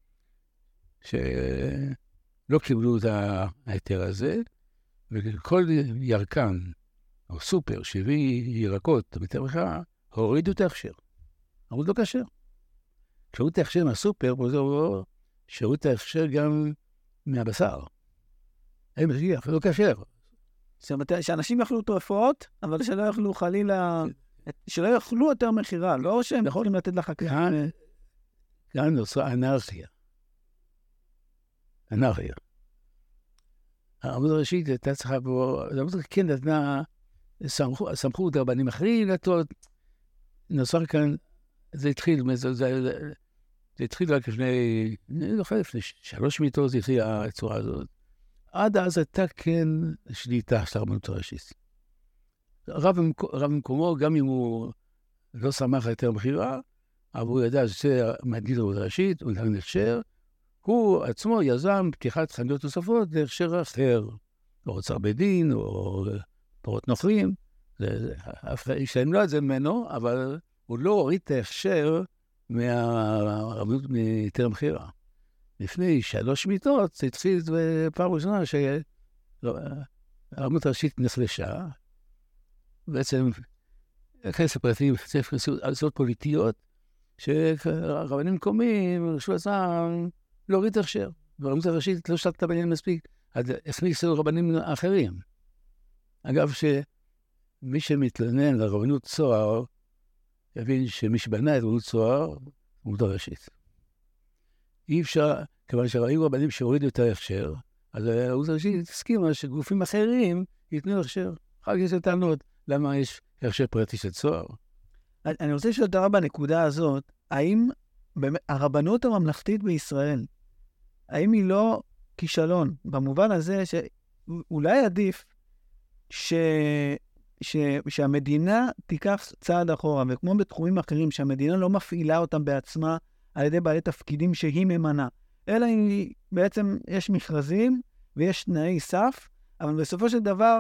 שלא קיבלו את ההיתר הזה, וכל ירקן או סופר שהביא ירקות ביתר מכירה, הורידו את ההכשר. אמרו לא כשר. כשהורידו את ההכשר מהסופר, זה שהורידו את ההכשר גם מהבשר. הם משגיח, לא כשר. שאנשים יאכלו תרופות, אבל שלא יאכלו חלילה, שלא יאכלו יותר מחירה, לא שהם יכולים לתת לך כאן. כאן נוצרה אנרכיה. אנרכיה. הרבנות הראשית הייתה צריכה בו, הרבנות הראשית כן נתנה סמכות רבנים אחרים לטעות. נוצר כאן, זה התחיל, זה, זה, זה התחיל רק לפני, אני זוכר, לפני שלוש מיתות, זה התחיל הצורה הזאת. עד אז הייתה כן שליטה של הרבנות הראשית. רב, רב במקומו, גם אם הוא לא שמח יותר בחירה, אבל הוא ידע שזה מדגיד הרבנות הראשית, הוא נתן הכשר, הוא עצמו יזם פתיחת חנויות נוספות להכשר אחר, או אוצר בית דין, או פירות נוכרים, ישלם לו את זה ממנו, אבל הוא לא הוריד את ההכשר מהרבנות מיתר בחירה. לפני שלוש מיתות, זה התחיל בפעם ראשונה שהרבנות הראשית נחלשה, בעצם, כנס הפרטים, עצות פוליטיות, שרבנים מקומיים, רשו עצמם, לא הוריד את ההכשר. והרבנות הראשית לא שלטה בעניין מספיק, אז הכניסו רבנים אחרים. אגב, שמי שמתלונן לרבנות צוהר, יבין שמי שבנה את רבנות צוהר, הוא רבנות הראשית. אי אפשר, כיוון שהיו רבנים שהורידו את ההכשר, אז הרבנות הראשית הסכימה שגופים אחרים ייתנו הכשר. אחר כך יש טענות, למה יש הכשר פרטי של צוהר? אני רוצה לשאול אותה בנקודה הזאת, האם הרבנות הממלכתית בישראל, האם היא לא כישלון? במובן הזה שאולי עדיף ש... ש... שהמדינה תיקח צעד אחורה, וכמו בתחומים אחרים, שהמדינה לא מפעילה אותם בעצמה על ידי בעלי תפקידים שהיא ממנה, אלא היא בעצם יש מכרזים ויש תנאי סף, אבל בסופו של דבר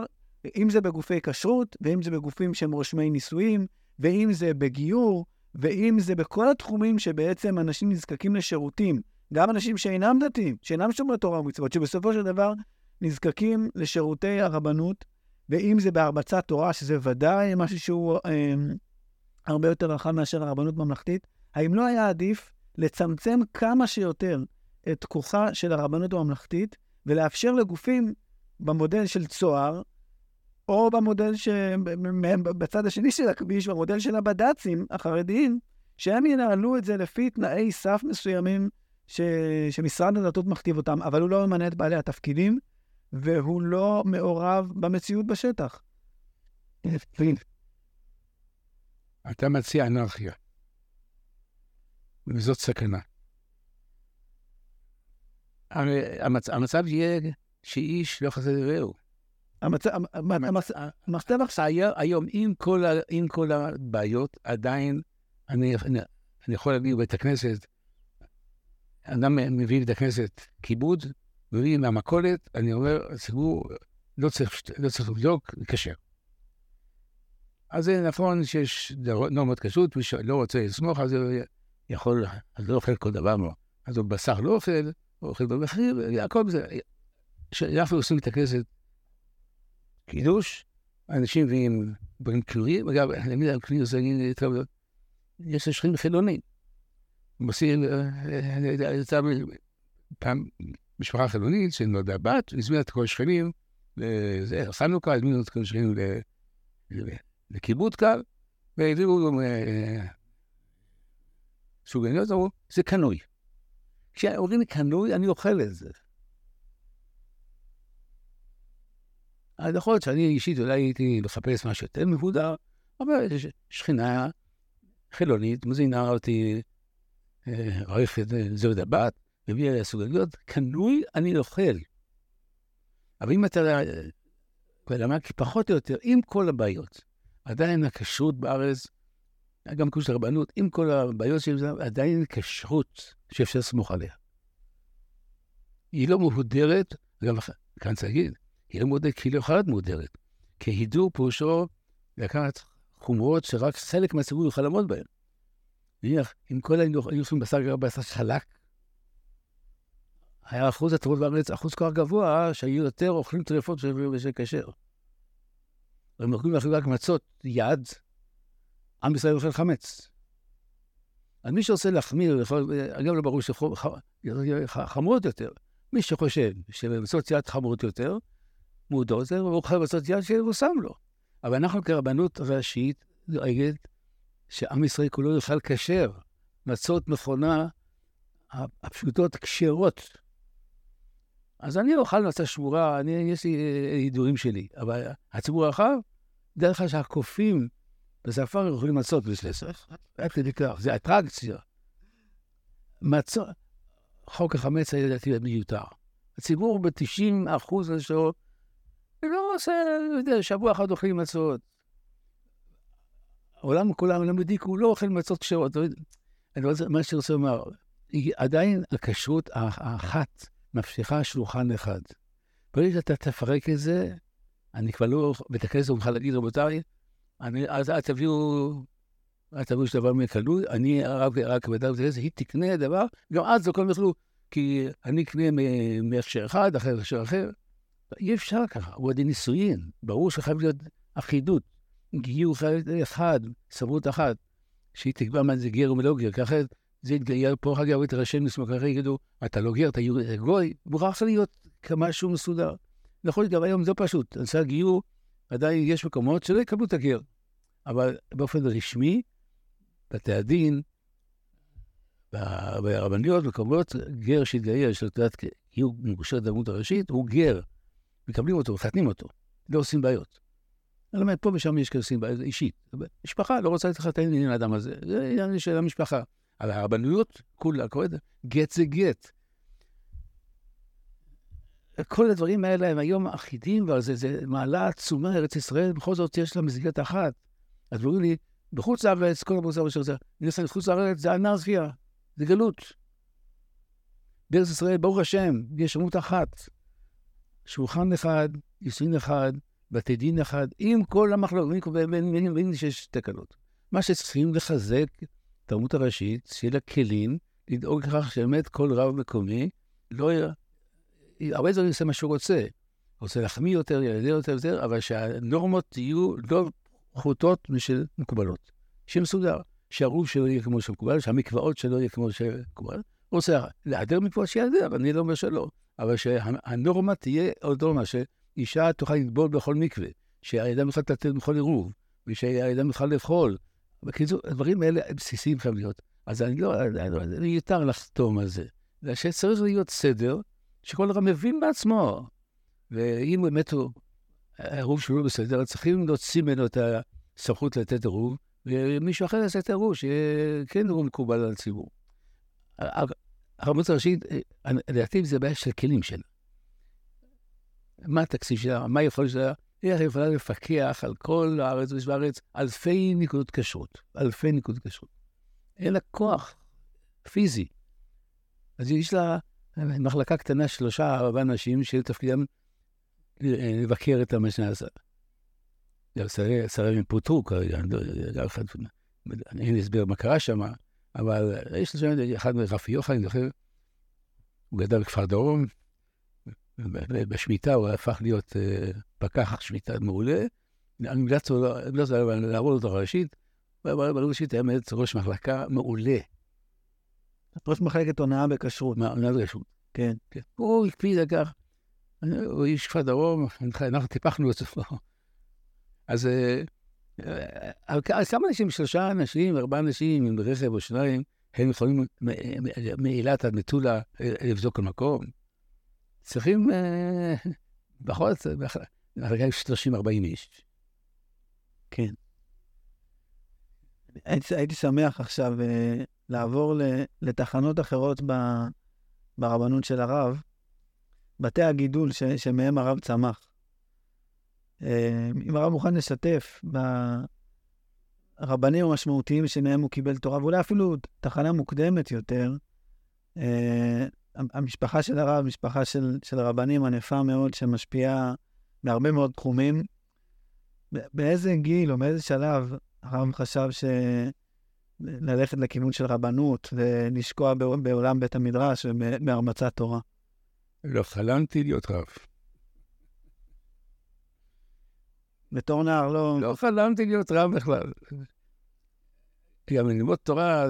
אם זה בגופי כשרות, ואם זה בגופים שהם רושמי נישואים, ואם זה בגיור, ואם זה בכל התחומים שבעצם אנשים נזקקים לשירותים, גם אנשים שאינם דתיים, שאינם שומרי תורה ומצוות, שבסופו של דבר נזקקים לשירותי הרבנות, ואם זה בהרבצת תורה, שזה ודאי משהו שהוא אה, הרבה יותר רחב מאשר הרבנות ממלכתית, האם לא היה עדיף לצמצם כמה שיותר את כוחה של הרבנות הממלכתית, ולאפשר לגופים במודל של צוהר, או במודל שבצד השני של הכביש, במודל של הבד"צים החרדיים, שהם ינהלו את זה לפי תנאי סף מסוימים ש... שמשרד הדתות מכתיב אותם, אבל הוא לא ממנה את בעלי התפקידים, והוא לא מעורב במציאות בשטח. אתה מציע אנרכיה, וזאת סכנה. המצ... המצב יהיה שאיש לא חסר לרעהו. המצב היום, עם כל הבעיות, עדיין אני יכול להביא בית הכנסת, אדם מביא בית הכנסת כיבוד, מביא מהמכולת, אני אומר, הציבור לא צריך לבדוק, כשר. אז זה נכון שיש נורמות כשרות, מי שלא רוצה לסמוך, אז הוא יכול, אז לא אוכל כל דבר, אז הוא בשר לא אוכל, הוא אוכל במחיר, הכל בזה. שאנחנו עושים את הכנסת קידוש, אנשים מביאים דברים כלואים, אגב, אני יודע, כלואים זה טוב, יש שכנים חילונים. עושים, יצא פעם משפחה חילונית, שנולדה בת, הזמינה את כל השכנים, זה חנוכה, הזמינו את כל השכנים לכיבוד קל, והביאו סוגניות, אמרו, זה קנוי. כשאומרים קנוי, אני אוכל את זה. אז יכול להיות שאני אישית אולי הייתי לחפש משהו יותר מבודר, אבל שכינה חילונית, מזינה אותי, עורכת זוהד הבת, מביא סוגניות, קנוי אני אוכל. אבל אם אתה למד פחות או יותר, עם כל הבעיות, עדיין הכשרות בארץ, גם כשרות הרבנות, עם כל הבעיות של עדיין כשרות שאפשר לסמוך עליה. היא לא מהודרת, גם כאן צריך להגיד, היא לא מודרת, כי היא לא יכולה להיות מודרת. כי הידור פירושו לקחת חומרות שרק חלק מהציבור יוכל לעמוד בהן. נניח, אם כל היינו עושים בשר גרר בשר חלק, היה אחוז הטרור בארץ, אחוז כל גבוה, שהיו יותר אוכלים טרפות של כשר. הם אוכלים להכין רק מצות יד, עם ישראל אוכל חמץ. אז מי שרוצה להחמיר, אגב לא ברור שחמורות יותר, מי שחושב שמצות יד חמורות יותר, מודעות זה, הוא אוכל מצות יד שהוא שם לו. אבל אנחנו כרבנות ראשית דואגת שעם ישראל כולו יאכל כשר, מצות מכונה, הפשוטות כשרות. אז אני אוכל מצה שמורה, אני, יש לי הידורים שלי, אבל הציבור הרחב, דרך כלל שהקופים בספר יכולים מצות בסלסך. עד כדי כך, זה אטרקציה. מצות, חוק החמץ היה לדעתי מיותר. הציבור ב-תשעים אחוז שלו, לא עושה, לא יודע, שבוע אחד אוכלים מצות. העולם כולם למדיק, הוא לא אוכל מצות כשרות. אני לא יודע מה שאני רוצה לומר. עדיין הכשרות האחת מבטיחה שולחן אחד. ברגע שאתה תפרק את זה, אני כבר לא מתכנס ומוכל להגיד, רבותיי, אז אל תביאו, אל תביאו שדבר מקלוי, אני רק בדבר הזה, היא תקנה הדבר, גם אז לא כל יכלו, כי אני אקנה מהכשר אחד, אחר הכשר אחר. אי אפשר ככה, הוא עדי נישואין, ברור שחייב להיות אחידות, גיור חייב אחד, סברות אחת, שהיא תקבע מה זה גר ולא גר, ככה זה יתגייר פה, אגב, יתרשם נסמוך, ככה יגידו, אתה לא גר, אתה גוי, מוכרח להיות כמשהו מסודר. נכון, גם היום זה פשוט, עשה גיור, עדיין יש מקומות שלא יקבלו את הגר, אבל באופן רשמי, בתי הדין, ברבניות, מקומות, גר שהתגייר, של תעודת גיור מגושר דמות הראשית, הוא גר, מקבלים אותו, מחתנים אותו, לא עושים בעיות. אני אומר, פה ושם יש כעושים בעיות אישית. משפחה לא רוצה להתחתן עם האדם הזה, זה עניין של המשפחה. אבל הרבנויות, כולה, קוראת, גט זה גט. כל הדברים האלה הם היום אחידים, אבל זה, זה מעלה עצומה, ארץ ישראל, בכל זאת יש לה מסגרת אחת. אז אומרים לי, בחוץ לארץ, כל המוצר אשר זה, נסע לחוץ לארץ, זה אנרכיה, זה גלות. בארץ ישראל, ברוך השם, יש שמות אחת. שולחן אחד, נישואין אחד, בתי דין אחד, עם כל המחלוקות, ואין שיש תקלות. מה שצריכים לחזק תרבות הראשית, שיהיה לה כלים, לדאוג לכך שבאמת כל רב מקומי, לא יהיה, הרבה דברים עושה מה שהוא רוצה. רוצה להחמיא יותר, ילדי יותר יותר, אבל שהנורמות יהיו לא פחותות משל מקובלות. שיהיה מסודר, שהרוב שלו יהיה כמו שמקובל, שהמקוואות שלו יהיה כמו שמקובל. רוצה להיעדר מקוואות שיעדר, אני לא אומר שלא, אבל שהנורמה תהיה עוד נורמה, שאישה תוכל לטבול בכל מקווה, שהאדם יוכל לתת בכל עירוב, ושהאדם יוכל לאכול. בקיצור, הדברים האלה בסיסיים חייבים להיות. אז אני לא, אני יותר לחתום על זה. שצריך להיות סדר, שכל הרב מבין בעצמו. ואם באמת הוא, העירוב שלו בסדר, צריכים להוציא ממנו את הסמכות לתת עירוב, ומישהו אחר יעשה את העירוב, שכן עירוב מקובל על הציבור. הרבנות הראשית, לדעתי זה בעיה של כלים שלה. מה התקציב שלה? מה יכול שלה? היא יכולה לפקח על כל הארץ ובארץ אלפי נקודות כשרות. אלפי נקודות כשרות. אין לה כוח פיזי. אז יש לה מחלקה קטנה, שלושה, ארבעה אנשים, שתפקידם לבקר את מה שנעשה. שרים פוטרו כרגע, אין לי הסבר מה קרה שם, אבל יש לזה אחד מרפי יוחנן, אני זוכר, הוא גדל בכפר דרום, בשמיטה הוא הפך להיות פקח שמיטה מעולה, אני מלצת לעבור אותו ראשית, בראשית היה באמת ראש מחלקה מעולה. ראש מחלקת הונאה בכשרות. הונאה בכשרות. כן. הוא הקפיד לכך, הוא איש כפר דרום, אנחנו טיפחנו אותו. אז כמה אנשים, שלושה אנשים, ארבעה אנשים, עם רכב או שניים, הם יכולים מאילת עד מטולה לבזוק כל מקום. צריכים בכל זאת, שלושים ארבעים איש. כן. הייתי שמח עכשיו לעבור לתחנות אחרות ברבנות של הרב, בתי הגידול שמהם הרב צמח. אם הרב מוכן לשתף ברבנים המשמעותיים שמהם הוא קיבל תורה, ואולי אפילו תחנה מוקדמת יותר, המשפחה של הרב, משפחה של, של רבנים ענפה מאוד, שמשפיעה בהרבה מאוד תחומים. באיזה גיל או באיזה שלב הרב חשב שללכת לכיוון של רבנות ולשקוע בעולם בית המדרש ובהרמצת תורה? לא חלמתי להיות רב. בתור נער לא... לא חלמתי להיות רב בכלל. גם ללמוד תורה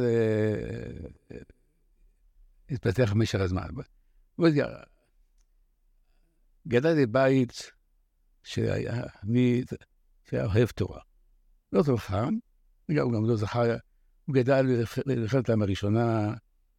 התפתח במשך הזמן. גדלתי בבית שהיה אוהב תורה. לא טוב חם, הוא גם לא זכר, הוא גדל במלחמת העולם הראשונה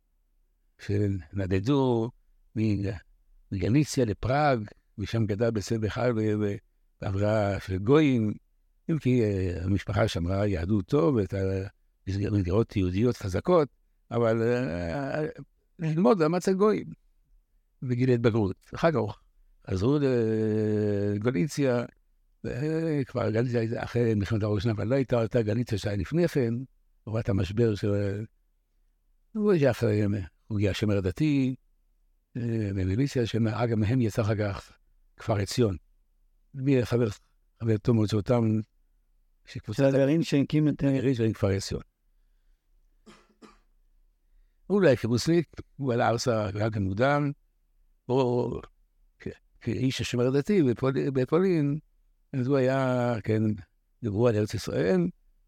שנדדו מגליציה לפראג, ושם גדל בסדר בכלל בעברה של גויים, אם כי המשפחה שמרה יהדות טוב, ואת המסגרות יהודיות חזקות, אבל ללמוד גם אצל גויים, בגיל התבגרות. אחר כך חזרו לגליציה, כבר גליציה אחרי מלחמת העולם הראשונה, אבל לא הייתה אותה גליציה שהיה לפני כן, לראות המשבר של... הוא היה אחרי, הוא הגיע השמר הדתי, בגליציה, שאגב מהם יצא אחר כך כפר עציון. מי חבר, חבר טוב מאוד שאותם... של הגרעין שהקים את... הגרעין שהקים כפר עציון. הוא לא היה קיבוצניק, הוא עלה ארצה רק מודם, או כאיש השמר הדתי בפולין, אז הוא היה, כן, דיברו על ארץ ישראל,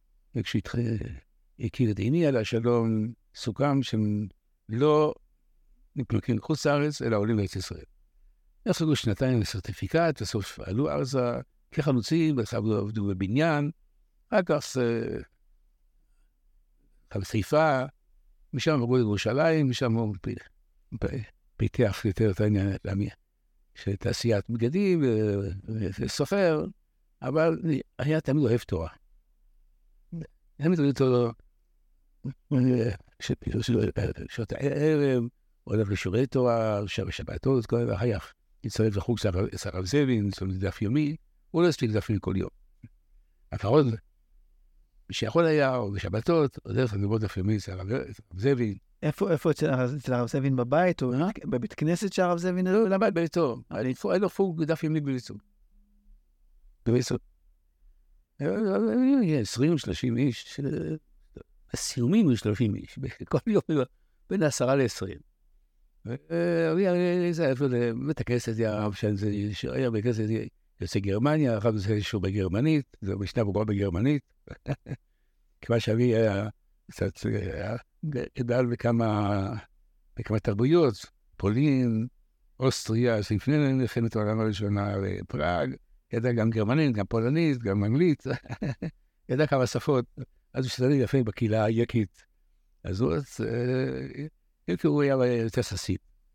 וכשהכיר את עיני על השלום, סוכם שהם לא נפלקים לחוץ לארץ, אלא עולים לארץ ישראל. יחזרו שנתיים לסרטיפיקט, בסוף עלו ארצה כחלוצים, עבדו בבניין, רק כך חיפה, משם עברו לירושלים, משם הוא פיתח יותר את העניין של תעשיית בגדים וסוחר, אבל היה תמיד אוהב תורה. תמיד אוהב תורה שעות הערב, הולך לשיעורי תורה, שבתות, כל דבר, היה יצטרף לחוג של הרב זבין, זאת אומרת דף יומי, הוא לא הספיק דפים כל יום. לפחות, שיכול היה, או בשבתות, או דרך ללמוד דף יומי של הרב זבין. איפה אצל הרב זבין בבית, או בבית כנסת של הרב זבין? לא, לבית ביתו. אין לו חוג דף יומי בביתו. עשרים שלושים איש, הסיומים שלושים איש, כל יום בין עשרה לעשרים. זה בית הכנסת היה הרב שהיה בכנסת יוצא גרמניה, הרב זה איזשהו בגרמנית, זה משנה ברורה בגרמנית. כיוון שאבי היה קצת גדל בכמה תרבויות, פולין, אוסטריה, לפני מלחמת העולם הראשונה לפראג, ידע גם גרמנית, גם פולנית, גם אנגלית, ידע כמה שפות, אז הוא שתדע יפה בקהילה היקית. אז הוא, הוא היה יותר חסיד.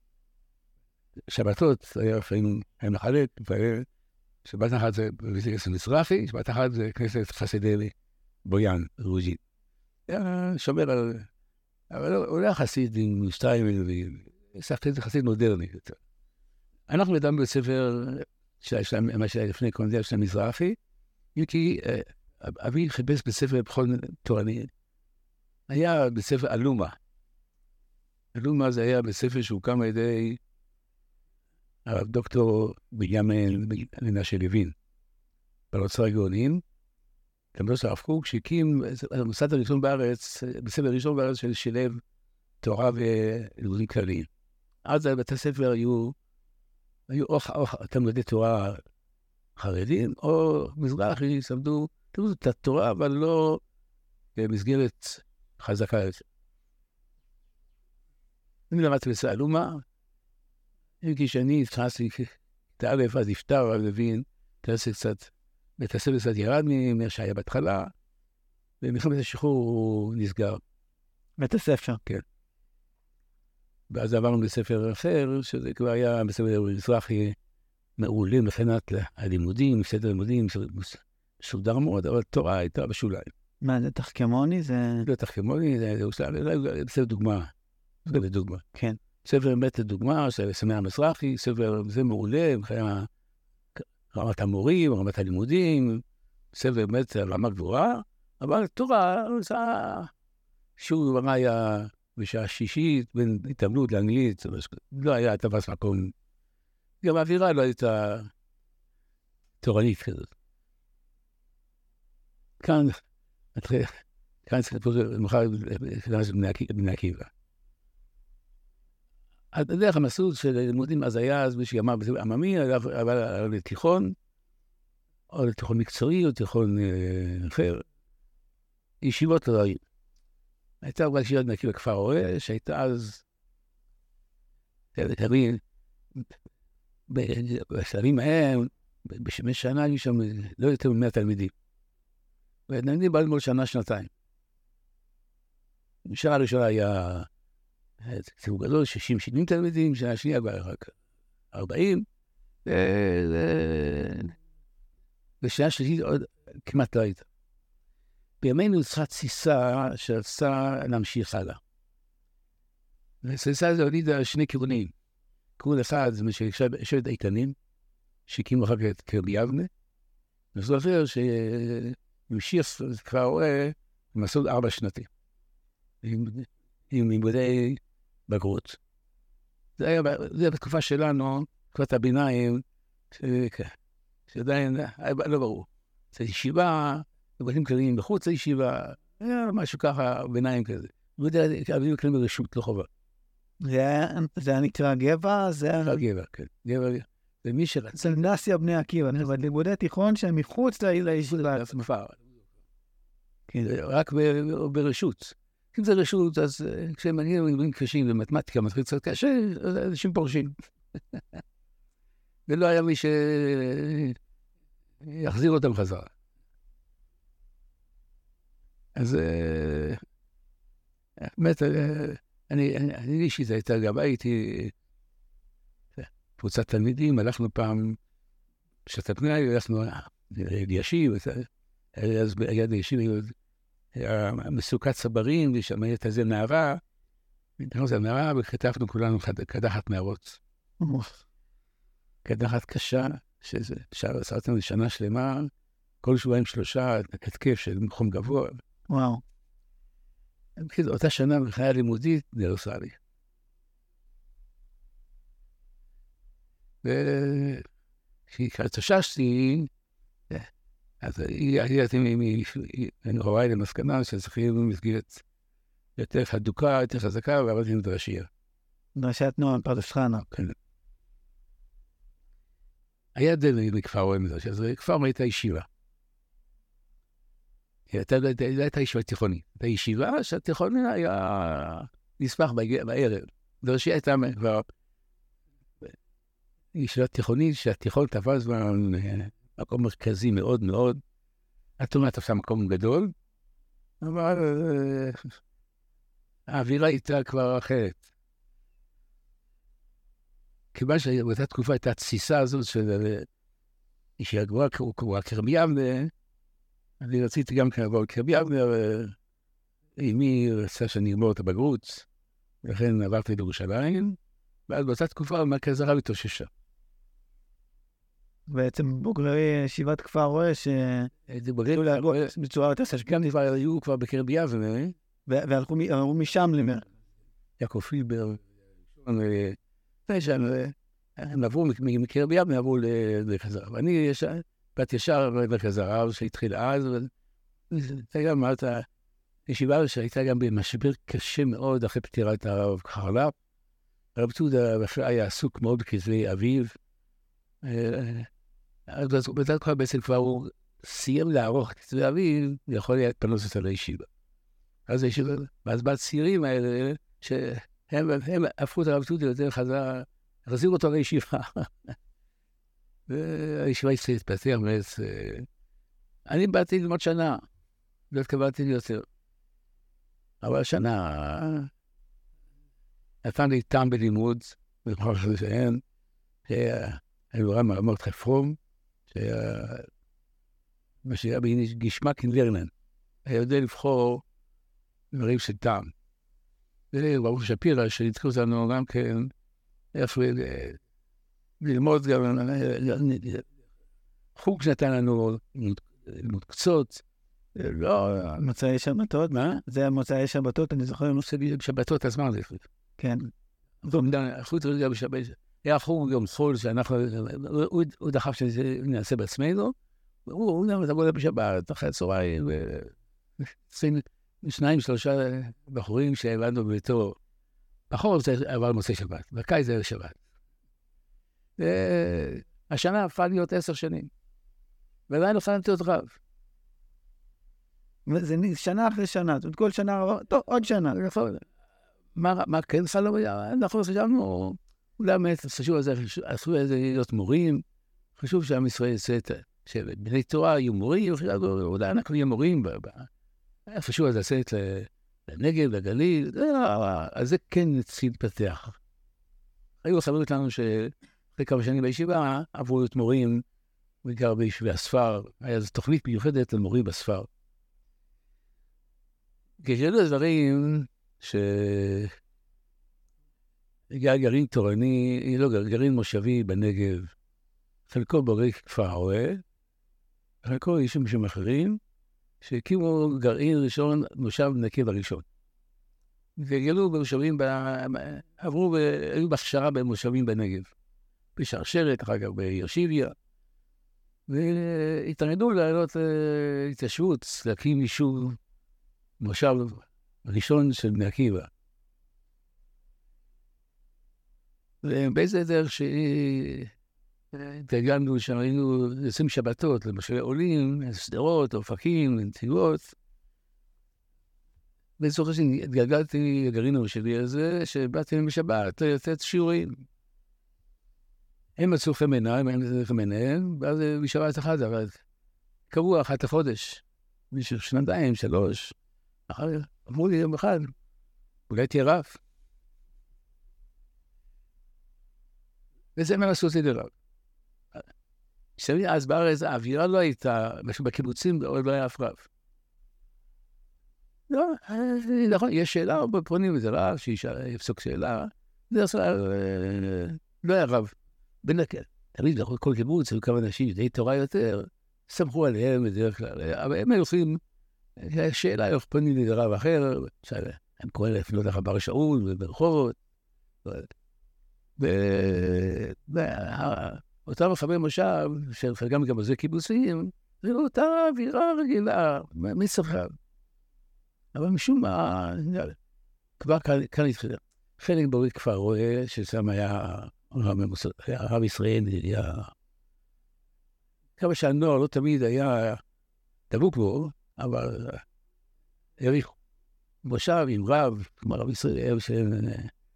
שבתות היה לפעמים מחלק, שבת אחת זה כנסת מזרחי, שבת אחת זה כנסת חסידי בויאן, רוז'ין. היה שומר על... אבל הוא היה חסיד עם שתיים, וספק זה חסיד מודרני. אנחנו מדברים בספר, מה שהיה לפני קונדל של המזרחי, כי אבי חיפש בספר בכל תורני, היה בספר אלומה. אלומה זה היה בספר שהוקם על ידי הרב דוקטור בנימין מנשה לוין, באוצר הגאונים, למרות שהרב קוק שהקים המוסד הראשון בארץ, בספר הראשון בארץ של שילב תורה ולימודים כלליים. אז בבתי הספר היו, היו או, או תלמודי תורה חרדים, או מזרחי, למדו את התורה, אבל לא במסגרת חזקה יותר. אני למדתי בספר אלומה, כשאני התחלתי את א' אז נפטר, הרב לוין, תעשה קצת, בית הספר קצת ירד ממה שהיה בהתחלה, ומלחמת השחרור הוא נסגר. בית הספר. כן. ואז עברנו בספר אחר, שזה כבר היה בספר מזרחי מעולה מבחינת הלימודים, סדר לימודים, מסודר מאוד, אבל תורה הייתה בשוליים. מה, זה תחכמוני? זה... לא תחכמוני, זה בספר דוגמה. זה דוגמה. כן. ספר באמת לדוגמה, של סמי המזרחי, ספר זה מעולה, מבחינת רמת המורים, רמת הלימודים, ספר באמת רמה גבוהה, אבל תורה, זה שהוא היה בשעה שישית, בין התאמנות לאנגלית, לא היה תפס מקום, גם האווירה לא הייתה תורנית כזאת. כאן, כאן צריך מחר בני עקיבא. הדרך המסלול של לימודים אז היה, אז מישהו אמר בזה עממי, אבל לתיכון, או לתיכון מקצועי, או תיכון אחר, ישיבות לא היו. הייתה רק ישיבת בני עקיבא בכפר הרא"ה, שהייתה אז, תבין, בשלבים ההם, בשמי שנה היו שם לא יותר ממאה תלמידים. ונלמידים בעל מאוד שנה, שנתיים. בשנה הראשונה היה ציבור גדול, שישים שבעים תלמידים, שנה שנייה כבר רק ארבעים, ושנה שלישית עוד כמעט לא הייתה. בימינו צריכה תסיסה שרצה להמשיך הלאה. והתסיסה הזו הולידה שני כיוונים. כיוון אחד זה שבט איתנים, שהקימו אחר כך את קרבי יבנה, וזה עובר שהמשיך כבר רואה במסלול ארבע שנתי. עם לימודי בגרות. זה היה, זה היה בתקופה שלנו, תקופת הביניים, שעדיין לא ברור. זה ישיבה, בבתים כלליים בחוץ לישיבה, היה משהו ככה ביניים כזה. לא יודע, אבינו כללים ברשות, לא חובה. זה היה נקרא גבע? זה היה... גבע, כן. גבע, זה מי שרצה. סנדסיה בני עקיבא, לימודי תיכון שהם מחוץ לישיבה. רק ברשות. אם זה רשות, אז כשהם מגיעים לימודים קשים ומתמטיקה מתחיל קצת קשה, אז אנשים פורשים. ולא היה מי שיחזיר אותם חזרה. אז באמת, אני אישית הייתה גם, הייתי קבוצת תלמידים, הלכנו פעם, בשעת פנאי, הלכנו לישיב, אז ביד הישיב, מסוכת סברים, ושם הייתה איזה נערה, נכנסנו זה נערה, וכתבנו כולנו קדחת נערות. קדחת קשה, שזה שעשינו שנה שלמה, כל שבועיים שלושה, התקף של חום גבוה. וואו. אותה שנה בחיי הלימודית, נהרסה לי. וכשהתאוששתי, אז הגעתי מנורא למסקנה שצריכים מסגרת יותר הדוקה, יותר חזקה, ועבדתי מדרשייה. דרשיית נועם, פרדס חנה. כן. היה דל לכפר רואים מדרשייה, אז כפר הייתה ישיבה. הייתה ישיבה תיכונית. הייתה ישיבה שהתיכונית היה נספח בערב. דרשייה הייתה כבר ישיבה תיכונית, שהתיכון תפס במקום מרכזי מאוד מאוד. התאונה תפסה מקום גדול, אבל האווירה הייתה כבר אחרת. כיוון שבאותה תקופה הייתה התסיסה הזאת של שהגבוהה קוראה קרמיאבנה, אני רציתי גם לעבור קרמיאבנה, ואמי רצה שאני אגמור את הבגרות, ולכן עברתי לירושלים, ואז באותה תקופה מרכז הרב התאוששה. בעצם בוגרי ישיבת כפר רואה ש... בוגרי בצורה יותר סשקה. גם היו כבר בקרמיאבנה, והלכו משם למר. יעקב פילבר, הם עברו מקרמיאבנה, עברו למרכז הרב. ואני באתי ישר למרכז הרב שהתחיל אז, וזה היה מעט הישיבה שהייתה גם במשבר קשה מאוד אחרי פטירת הרב חרל"פ. הרב צודה היה עסוק מאוד בכתבי אביו. בזאת כבר בעצם כבר הוא סיים לערוך כתבי אביו, ויכול היה להתפנות אותה לישיבה. אז הישיבה, ואז בצעירים האלה, שהם הפכו את הרב צודה יותר חזר, החזירו אותו לישיבה. והישיבה הצליחה להתפתח, אני באתי ללמוד שנה, לא התקבלתי לי יותר. אבל שנה, נתן לי טעם בלימוד, ובכל זאת שאין, שאני רואה מאמרת חפרום, מה שהיה גשמק לרנן, היה יודע לבחור דברים של טעם. וברוך שפירא, שהתקעו אותנו גם כן, איפה ללמוד גם, חוג שנתן לנו ללמוד קצות, לא... מוצאי שבתות? מה? זה מוצאי שבתות, אני זוכר. שבתות, אז מה זה? כן. חוץ ורגע בשבת, היה חוג יום חול שאנחנו, הוא דחף שנעשה בעצמנו, הוא גם תבוא בשבת, אחרי הצהריים, ושניים, שלושה בחורים שהבנו בביתו, בחור זה עבר מוצאי שבת, בקיץ זה שבת. השנה הפכה להיות עשר שנים, ועדיין הופעה נתיות רב. זה שנה אחרי שנה, זאת אומרת, כל שנה, טוב, עוד שנה. מה כן חלום היה? אנחנו חשבנו, אולי באמת חשוב על זה, עשו איזה להיות מורים, חשוב שעם ישראל יעשה את זה, שבני תורה יהיו מורים, אולי אנחנו נהיה מורים, חשוב על זה לעשות לנגב, לגליל, אז זה כן צריך להתפתח. היו חברים לנו שאחרי כמה שנים בישיבה, עברו להיות מורים, בעיקר בישובי הספר, היה זו תוכנית מיוחדת למורים בספר. כשאלו דברים שהגיע גרעין תורני, לא גרעין מושבי בנגב, חלקו בוגרי כפר רואה, חלקו יישובים משום אחרים, שהקימו גרעין ראשון, מושב נקב הראשון. והגיעו במושבים, עברו, היו בהכשרה במושבים בנגב, בשרשרת, אחר כך בירשיביה, והתענדו לעלות התיישבות, להקים יישוב, מושב ראשון של בני עקיבא. ובאיזה דרך שהתגלגלנו שם, היינו יוצאים שבתות, למשל עולים, סדרות, אופקים, נתיבות. בזוכר שהתגלגלתי לגרעין המושבי הזה, שבאתי להם בשבת, לתת שיעורים. הם מצאו חן בעיניהם, הם מצאו חן בעיניהם, ואז בשבת אחת, אבל קבוע אחת החודש, במשך שנתיים, שלוש, אחר אמרו לי יום אחד, אולי תהיה רב. וזה מה עשו אותי לרב. אז בארץ האווירה לא הייתה, בקיבוצים עוד לא היה אף רב. לא, נכון, יש שאלה, פונים איזה רב, שיפסוק שאלה, זה עשה, לא היה רב. בנקל, תמיד כל קיבוץ, היו כמה אנשים, די תורה יותר, סמכו עליהם בדרך כלל, אבל הם עושים, שאלה, איך פונים לי לרב אחר, הם קוראים לפנות לך בר שאול וברחובות, ואותם חבר מושב, שחלקם גם בזה קיבוצים, זה אותה אווירה רגילה, מי סחר. אבל משום מה, כבר כאן התחילה. חלק ברית כבר רואה ששם היה הרב ישראל, היה... כמה שהנוער לא תמיד היה דבוק בו, אבל העריכו. מושב עם רב, כמו רב ישראל, שהם...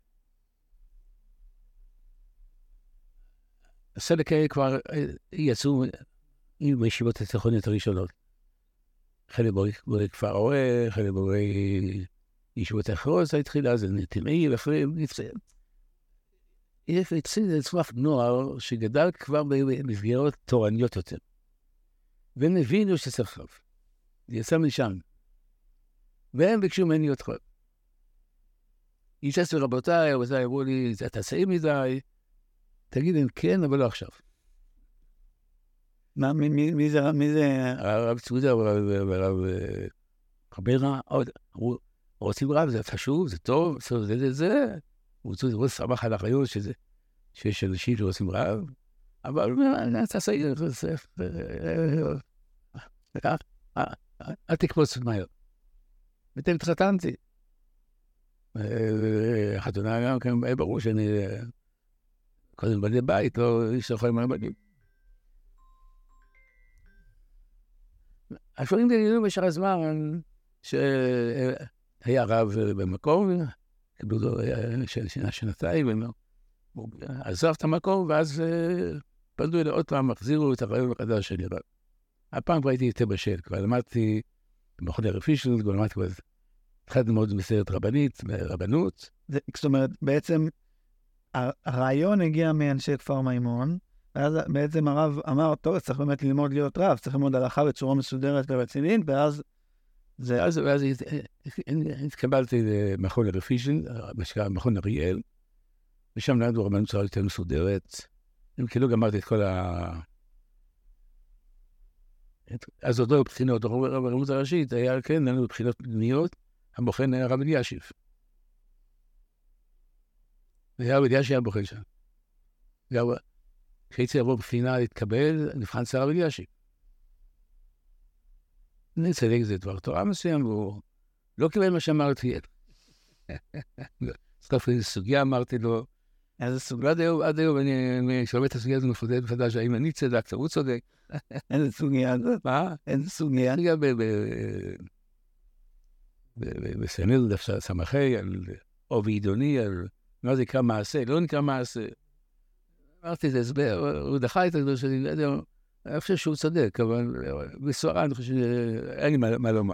הסלק האלה כבר יצאו עם הישיבות התיכוניות הראשונות. חלק בורי כפר רואה, חלק בורי ישיבות האחרות, זה התחיל אז, נתימי, ואחרים, התחיל לצמח נוער שגדל כבר במסגרות תורניות יותר. והם הבינו שצריך רב. זה יצא משם. והם ביקשו ממני להיות רב. ישס ורבותיי, רבותיי אמרו לי, אתה צעיר מדי, תגיד להם כן, אבל לא עכשיו. מה, מי, מי, מי זה, מי זה? הרב צעודה, הרב חברה, אמרו, רוצים רב, זה חשוב, זה טוב, זה זה, זה, זה. הוא רוצה שמח על החיות שזה, שיש אנשים שרוצים רב, אבל אתה צעיר, אל תקפוץ מהר. ואתם התחתנתי. חתונה גם כן, ברור שאני קודם בני בית, לא איש יכול מה בנים. השואלים דלילים בשאר הזמן, שהיה רב במקום, קיבלו לו שנה שנתיים, הוא עזב את המקום, ואז פנו אלה עוד פעם, החזירו את הרעיון החדש שלי רב. הפעם כבר הייתי יותר בשל, כבר למדתי במכון הרב פישל, כבר למדתי כבר התחלתי ללמוד מסיירת רבנית, רבנות. זאת אומרת, בעצם הרעיון הגיע מאנשי כפר מימון, ואז בעצם הרב אמר, טוב, צריך באמת ללמוד להיות רב, צריך ללמוד הלכה בצורה מסודרת ורצינית, ואז זה... אז, ואז התקבלתי למכון הרב פישל, מכון אריאל, ושם למדנו רבנות בצורה יותר מסודרת. אם כאילו גמרתי את כל ה... אז עוד לא בבחינות, הרבנות הראשית, היה כן, לנו בבחינות פנימיות, הבוחן היה רב אלישיב. והיה רב אלישיב היה בוחן שם. כשהייתי לבוא בבחינה להתקבל, נבחן שר רב אלישיב. אני צדק זה דבר תורה מסוים, והוא לא קיבל מה שאמרתי. סוף איזו סוגיה אמרתי לו, איזה סוגיה? עד היום, עד היום אני שומע את הסוגיה הזו מפודדת וחדש, האם אני צדק, הוא צודק. איזה סוגיה הזאת? מה? איזה סוגיה? אני גם בסנר דף סמכי, על עובי עידוני, על מה זה נקרא מעשה, לא נקרא מעשה. אמרתי את הסבר, הוא דחה את זה שלי, לא יודע, אני חושב שהוא צודק, אבל בסוערה אני חושב שאין לי מה לומר.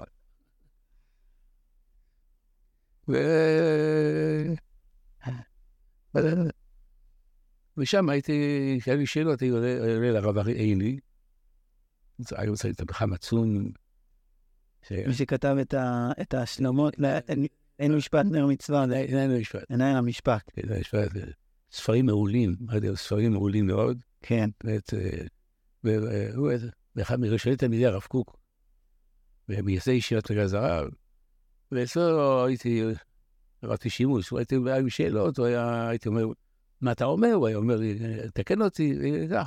ושם הייתי, כשהיה לי שאלות, הייתי עולה לרב אריאלי, אני רוצה להתאבחה מצון. מי שכתב את השלמות, אין משפט נר מצווה. אין משפט. אין המשפט. ספרים מעולים, ספרים מעולים מאוד. כן. והוא אחד מראשוני תלמידי הרב קוק, ומייסדי ישיבת מרכז הרב, ואצלו הייתי, ראיתי שימוש, הוא הייתי עם שאלות, הייתי אומר, מה אתה אומר? הוא היה אומר לי, תקן אותי, וכך,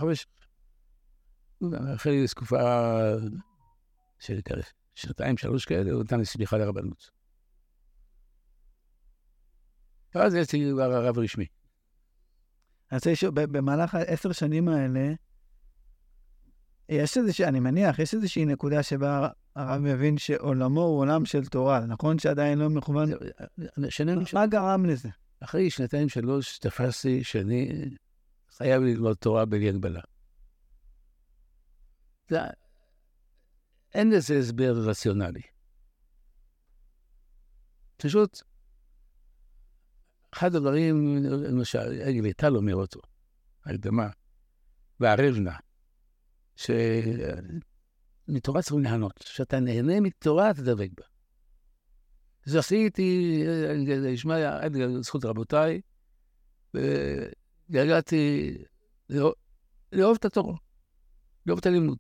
אחרי תקופה של שנתיים, שלוש כאלה, הוא נתן לי סליחה לרבנות. ואז יצאתי הרב רשמי. אני רוצה לשאול, במהלך העשר שנים האלה, יש איזושהי, אני מניח, יש איזושהי נקודה שבה הרב מבין שעולמו הוא עולם של תורה, נכון שעדיין לא מכוון? מה גרם לזה? אחרי שנתיים שלוש תפסתי שאני חייב ללמוד תורה בלי הגבלה. אין לזה הסבר רציונלי. פשוט, אחד הדברים, למשל, אגליטל אומר אותו, ההקדמה, והרבנה, שמתורה צריכים להנות, שאתה נהנה מתורה, אתה דבק בה. אז עשיתי, לשמע, עד לזכות רבותיי, והגעתי לאהוב את התורה, לאהוב את הלימוד.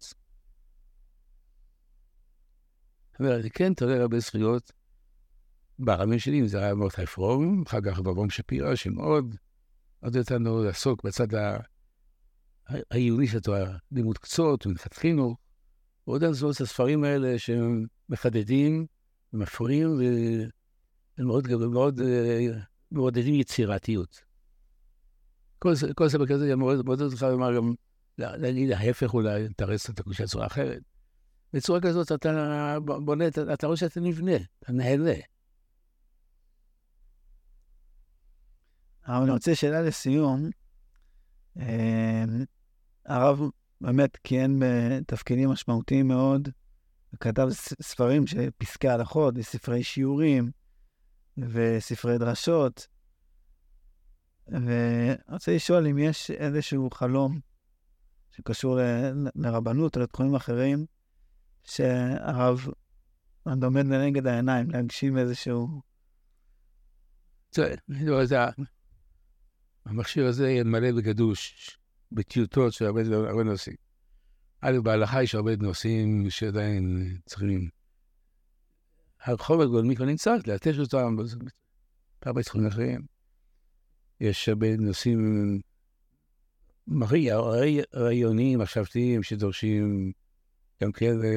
אבל אני כן תראה הרבה זכויות, ברמים שלי, אם זה היה מאוד חפרום, אחר כך ברום שפירה, שמאוד עוד אותנו לעסוק בצד העיוני של התורה, לימוד קצות, ומנחת חינוך, עוד זאת הספרים האלה שהם מחדדים, מפריעים, ומאוד מאוד מעודדים יצירתיות. כל ספר כזה מעודד אותך גם להגיד ההפך, אולי לתרץ את הקושי בצורה אחרת. בצורה כזאת אתה בונה, אתה רואה שאתה נבנה, אתה נהנה. אבל אני רוצה שאלה לסיום. הרב באמת כיהן בתפקידים משמעותיים מאוד, וכתב ספרים של פסקי הלכות, וספרי שיעורים, וספרי דרשות, ואני רוצה לשאול אם יש איזשהו חלום שקשור ל- לרבנות או לתחומים אחרים, שהרב עומד לנגד העיניים, להגשים איזשהו... המכשיר הזה מלא בגדוש, בטיוטות של הרבה, הרבה נושאים. א', בהלכה יש הרבה נושאים שעדיין צריכים. החומר גולמי כבר נמצא, להתש אותם, הרבה תחומים אחרים. יש הרבה נושאים מרי, רעיוניים, מחשבתיים, שדורשים גם כאלה...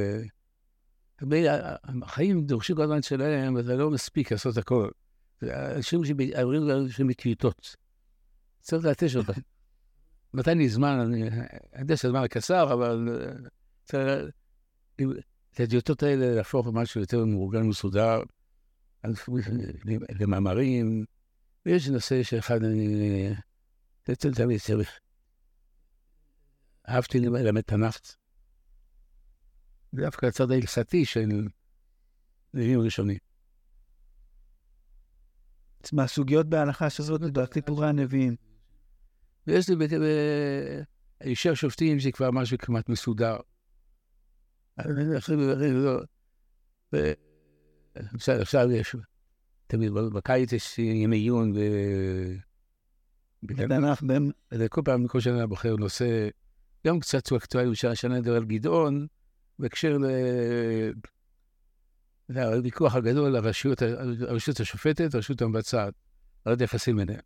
החיים דורשים כל הזמן שלהם, וזה לא מספיק לעשות הכל. אנשים שהם בטיוטות. צריך להתש אותם. מתי לי זמן, אני יודע שהזמן קצר, אבל צריך את הטיוטות האלה להפוך למשהו יותר מאורגן ומסודר, למאמרים, ויש נושא שאחד אני... תמיד צריך. אהבתי ללמד תנ"ך. דווקא הצד ההלכתי של נביאים ראשונים. מהסוגיות בהלכה שזאת בסיפורי הנביאים. ויש לי אישר שופטים שכבר משהו כמעט מסודר. עכשיו יש, תמיד בקיץ יש ימי עיון, בתנ"ך, וכל פעם, כל שנה בוחר נושא, גם קצת אקטואלי, שהשנה נדבר על גדעון, בהקשר לוויכוח הגדול, הרשות השופטת, הרשות המבצעת, על יחסים ביניהם.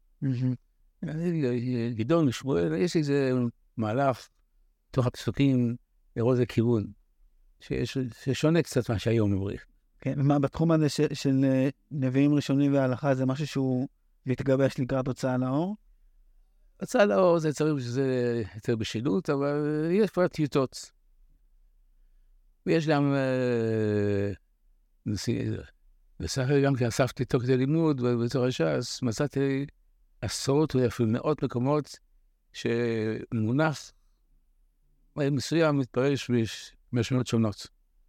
גדעון ושמואל, יש איזה מהלך, תוך הפסוקים, לראות איזה כיוון, ששונה קצת מה שהיום אומרים. כן, ומה בתחום הזה של נביאים ראשונים וההלכה, זה משהו שהוא מתגבש לקראת הוצאה לאור? הוצאה לאור זה צריך שזה יותר בשילוט, אבל יש כבר טיוטות. ויש גם בסך גם כי אספתי תוך כדי לימוד בתור הש"ס, מצאתי עשרות ואפילו מאות מקומות שמונח מסוים מתפרש במשמעות שונות.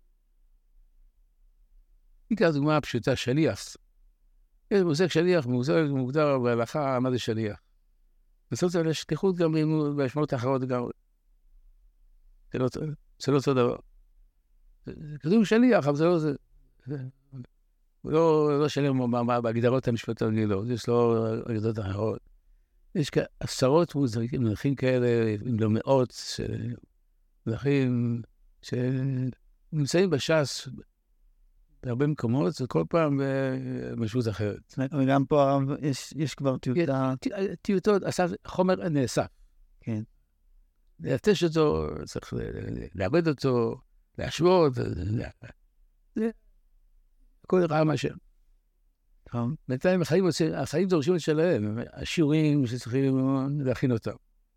ניקח דוגמה פשוטה, שליח. יש מושג שליח, מושג מוגדר בהלכה, מה זה שליח? בסוף זה לשליחות גם במשמעות האחרות גם. זה לא, זה לא אותו דבר. כתוב שליח, אבל זה לא זה. לא, לא שליח בהגדרות המשפטיות הרגילות, יש לו הגדרות אחרות. יש עשרות מונחים כאלה, אם לא מאות, מונחים שנמצאים בש"ס בהרבה מקומות, וכל פעם במשמעות אחרת. וגם פה יש, יש כבר טיוטה. טיוטות, חומר נאסף. כן. להתש אותו, צריך לעבד אותו, להשוות, זה הכל רע מאשר. בינתיים החיים, החיים דורשים את שלהם, השיעורים שצריכים להכין אותם,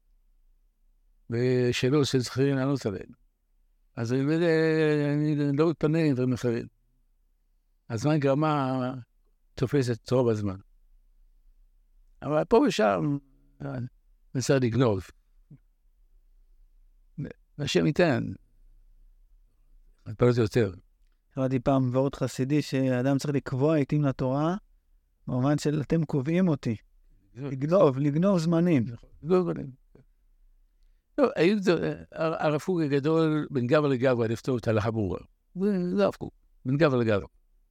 ושאלות שצריכים לענות עליהם. אז אני לא מתפנה עם דברים אחרים. הזמן גרמה תופסת טוב הזמן. אבל פה ושם נצטרך לגנוב. והשם ייתן. התפלות יותר. קראתי פעם ועוד חסידי שהאדם צריך לקבוע עיתים לתורה, במובן של אתם קובעים אותי. לגנוב, לגנוב זמנים. לגנוב זמנים. לא, הרב קוק הגדול בין גבר לגבר לפתור את ההלכה ברורה. זה הרב קוק, בין גבר לגבר.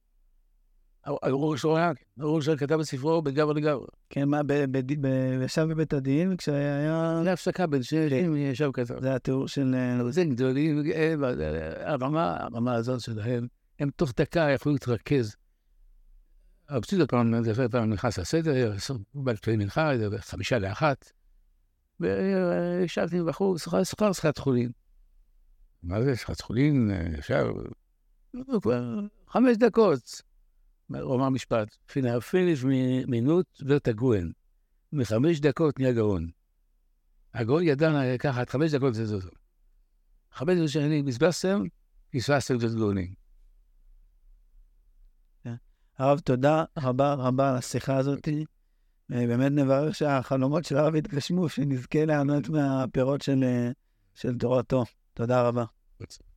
הראש הוראה, הראש הוראה כתב בספרו בין גבר לגבר. כן, מה, ישב בבית הדין, כשהיה... זה הפסקה בין שנים, ישב כתב. זה התיאור של... זה גדולים, הרמה, הרמה הזאת שלהם, הם תוך דקה יכולים להתרכז. הפסיד פעם, זה פעם נכנס לסדר, בלתווי מנחה, זה חמישה לאחת, וישבתי בחור, שכר שכר חולים. מה זה, יש לך חולין, אפשר... כבר חמש דקות. הוא אמר משפט, פינה פיניש מינות ורטגוין. מחמש דקות נהיה גאון. הגאון ידע ככה, חמש דקות זה זאת. חמש דקות שאני מסבסם, פספסתם את גאונים. הרב, תודה רבה רבה על השיחה הזאת. באמת נברך שהחלומות של הרב יתגשמו, שנזכה ליהנות מהפירות של תורתו. תודה רבה.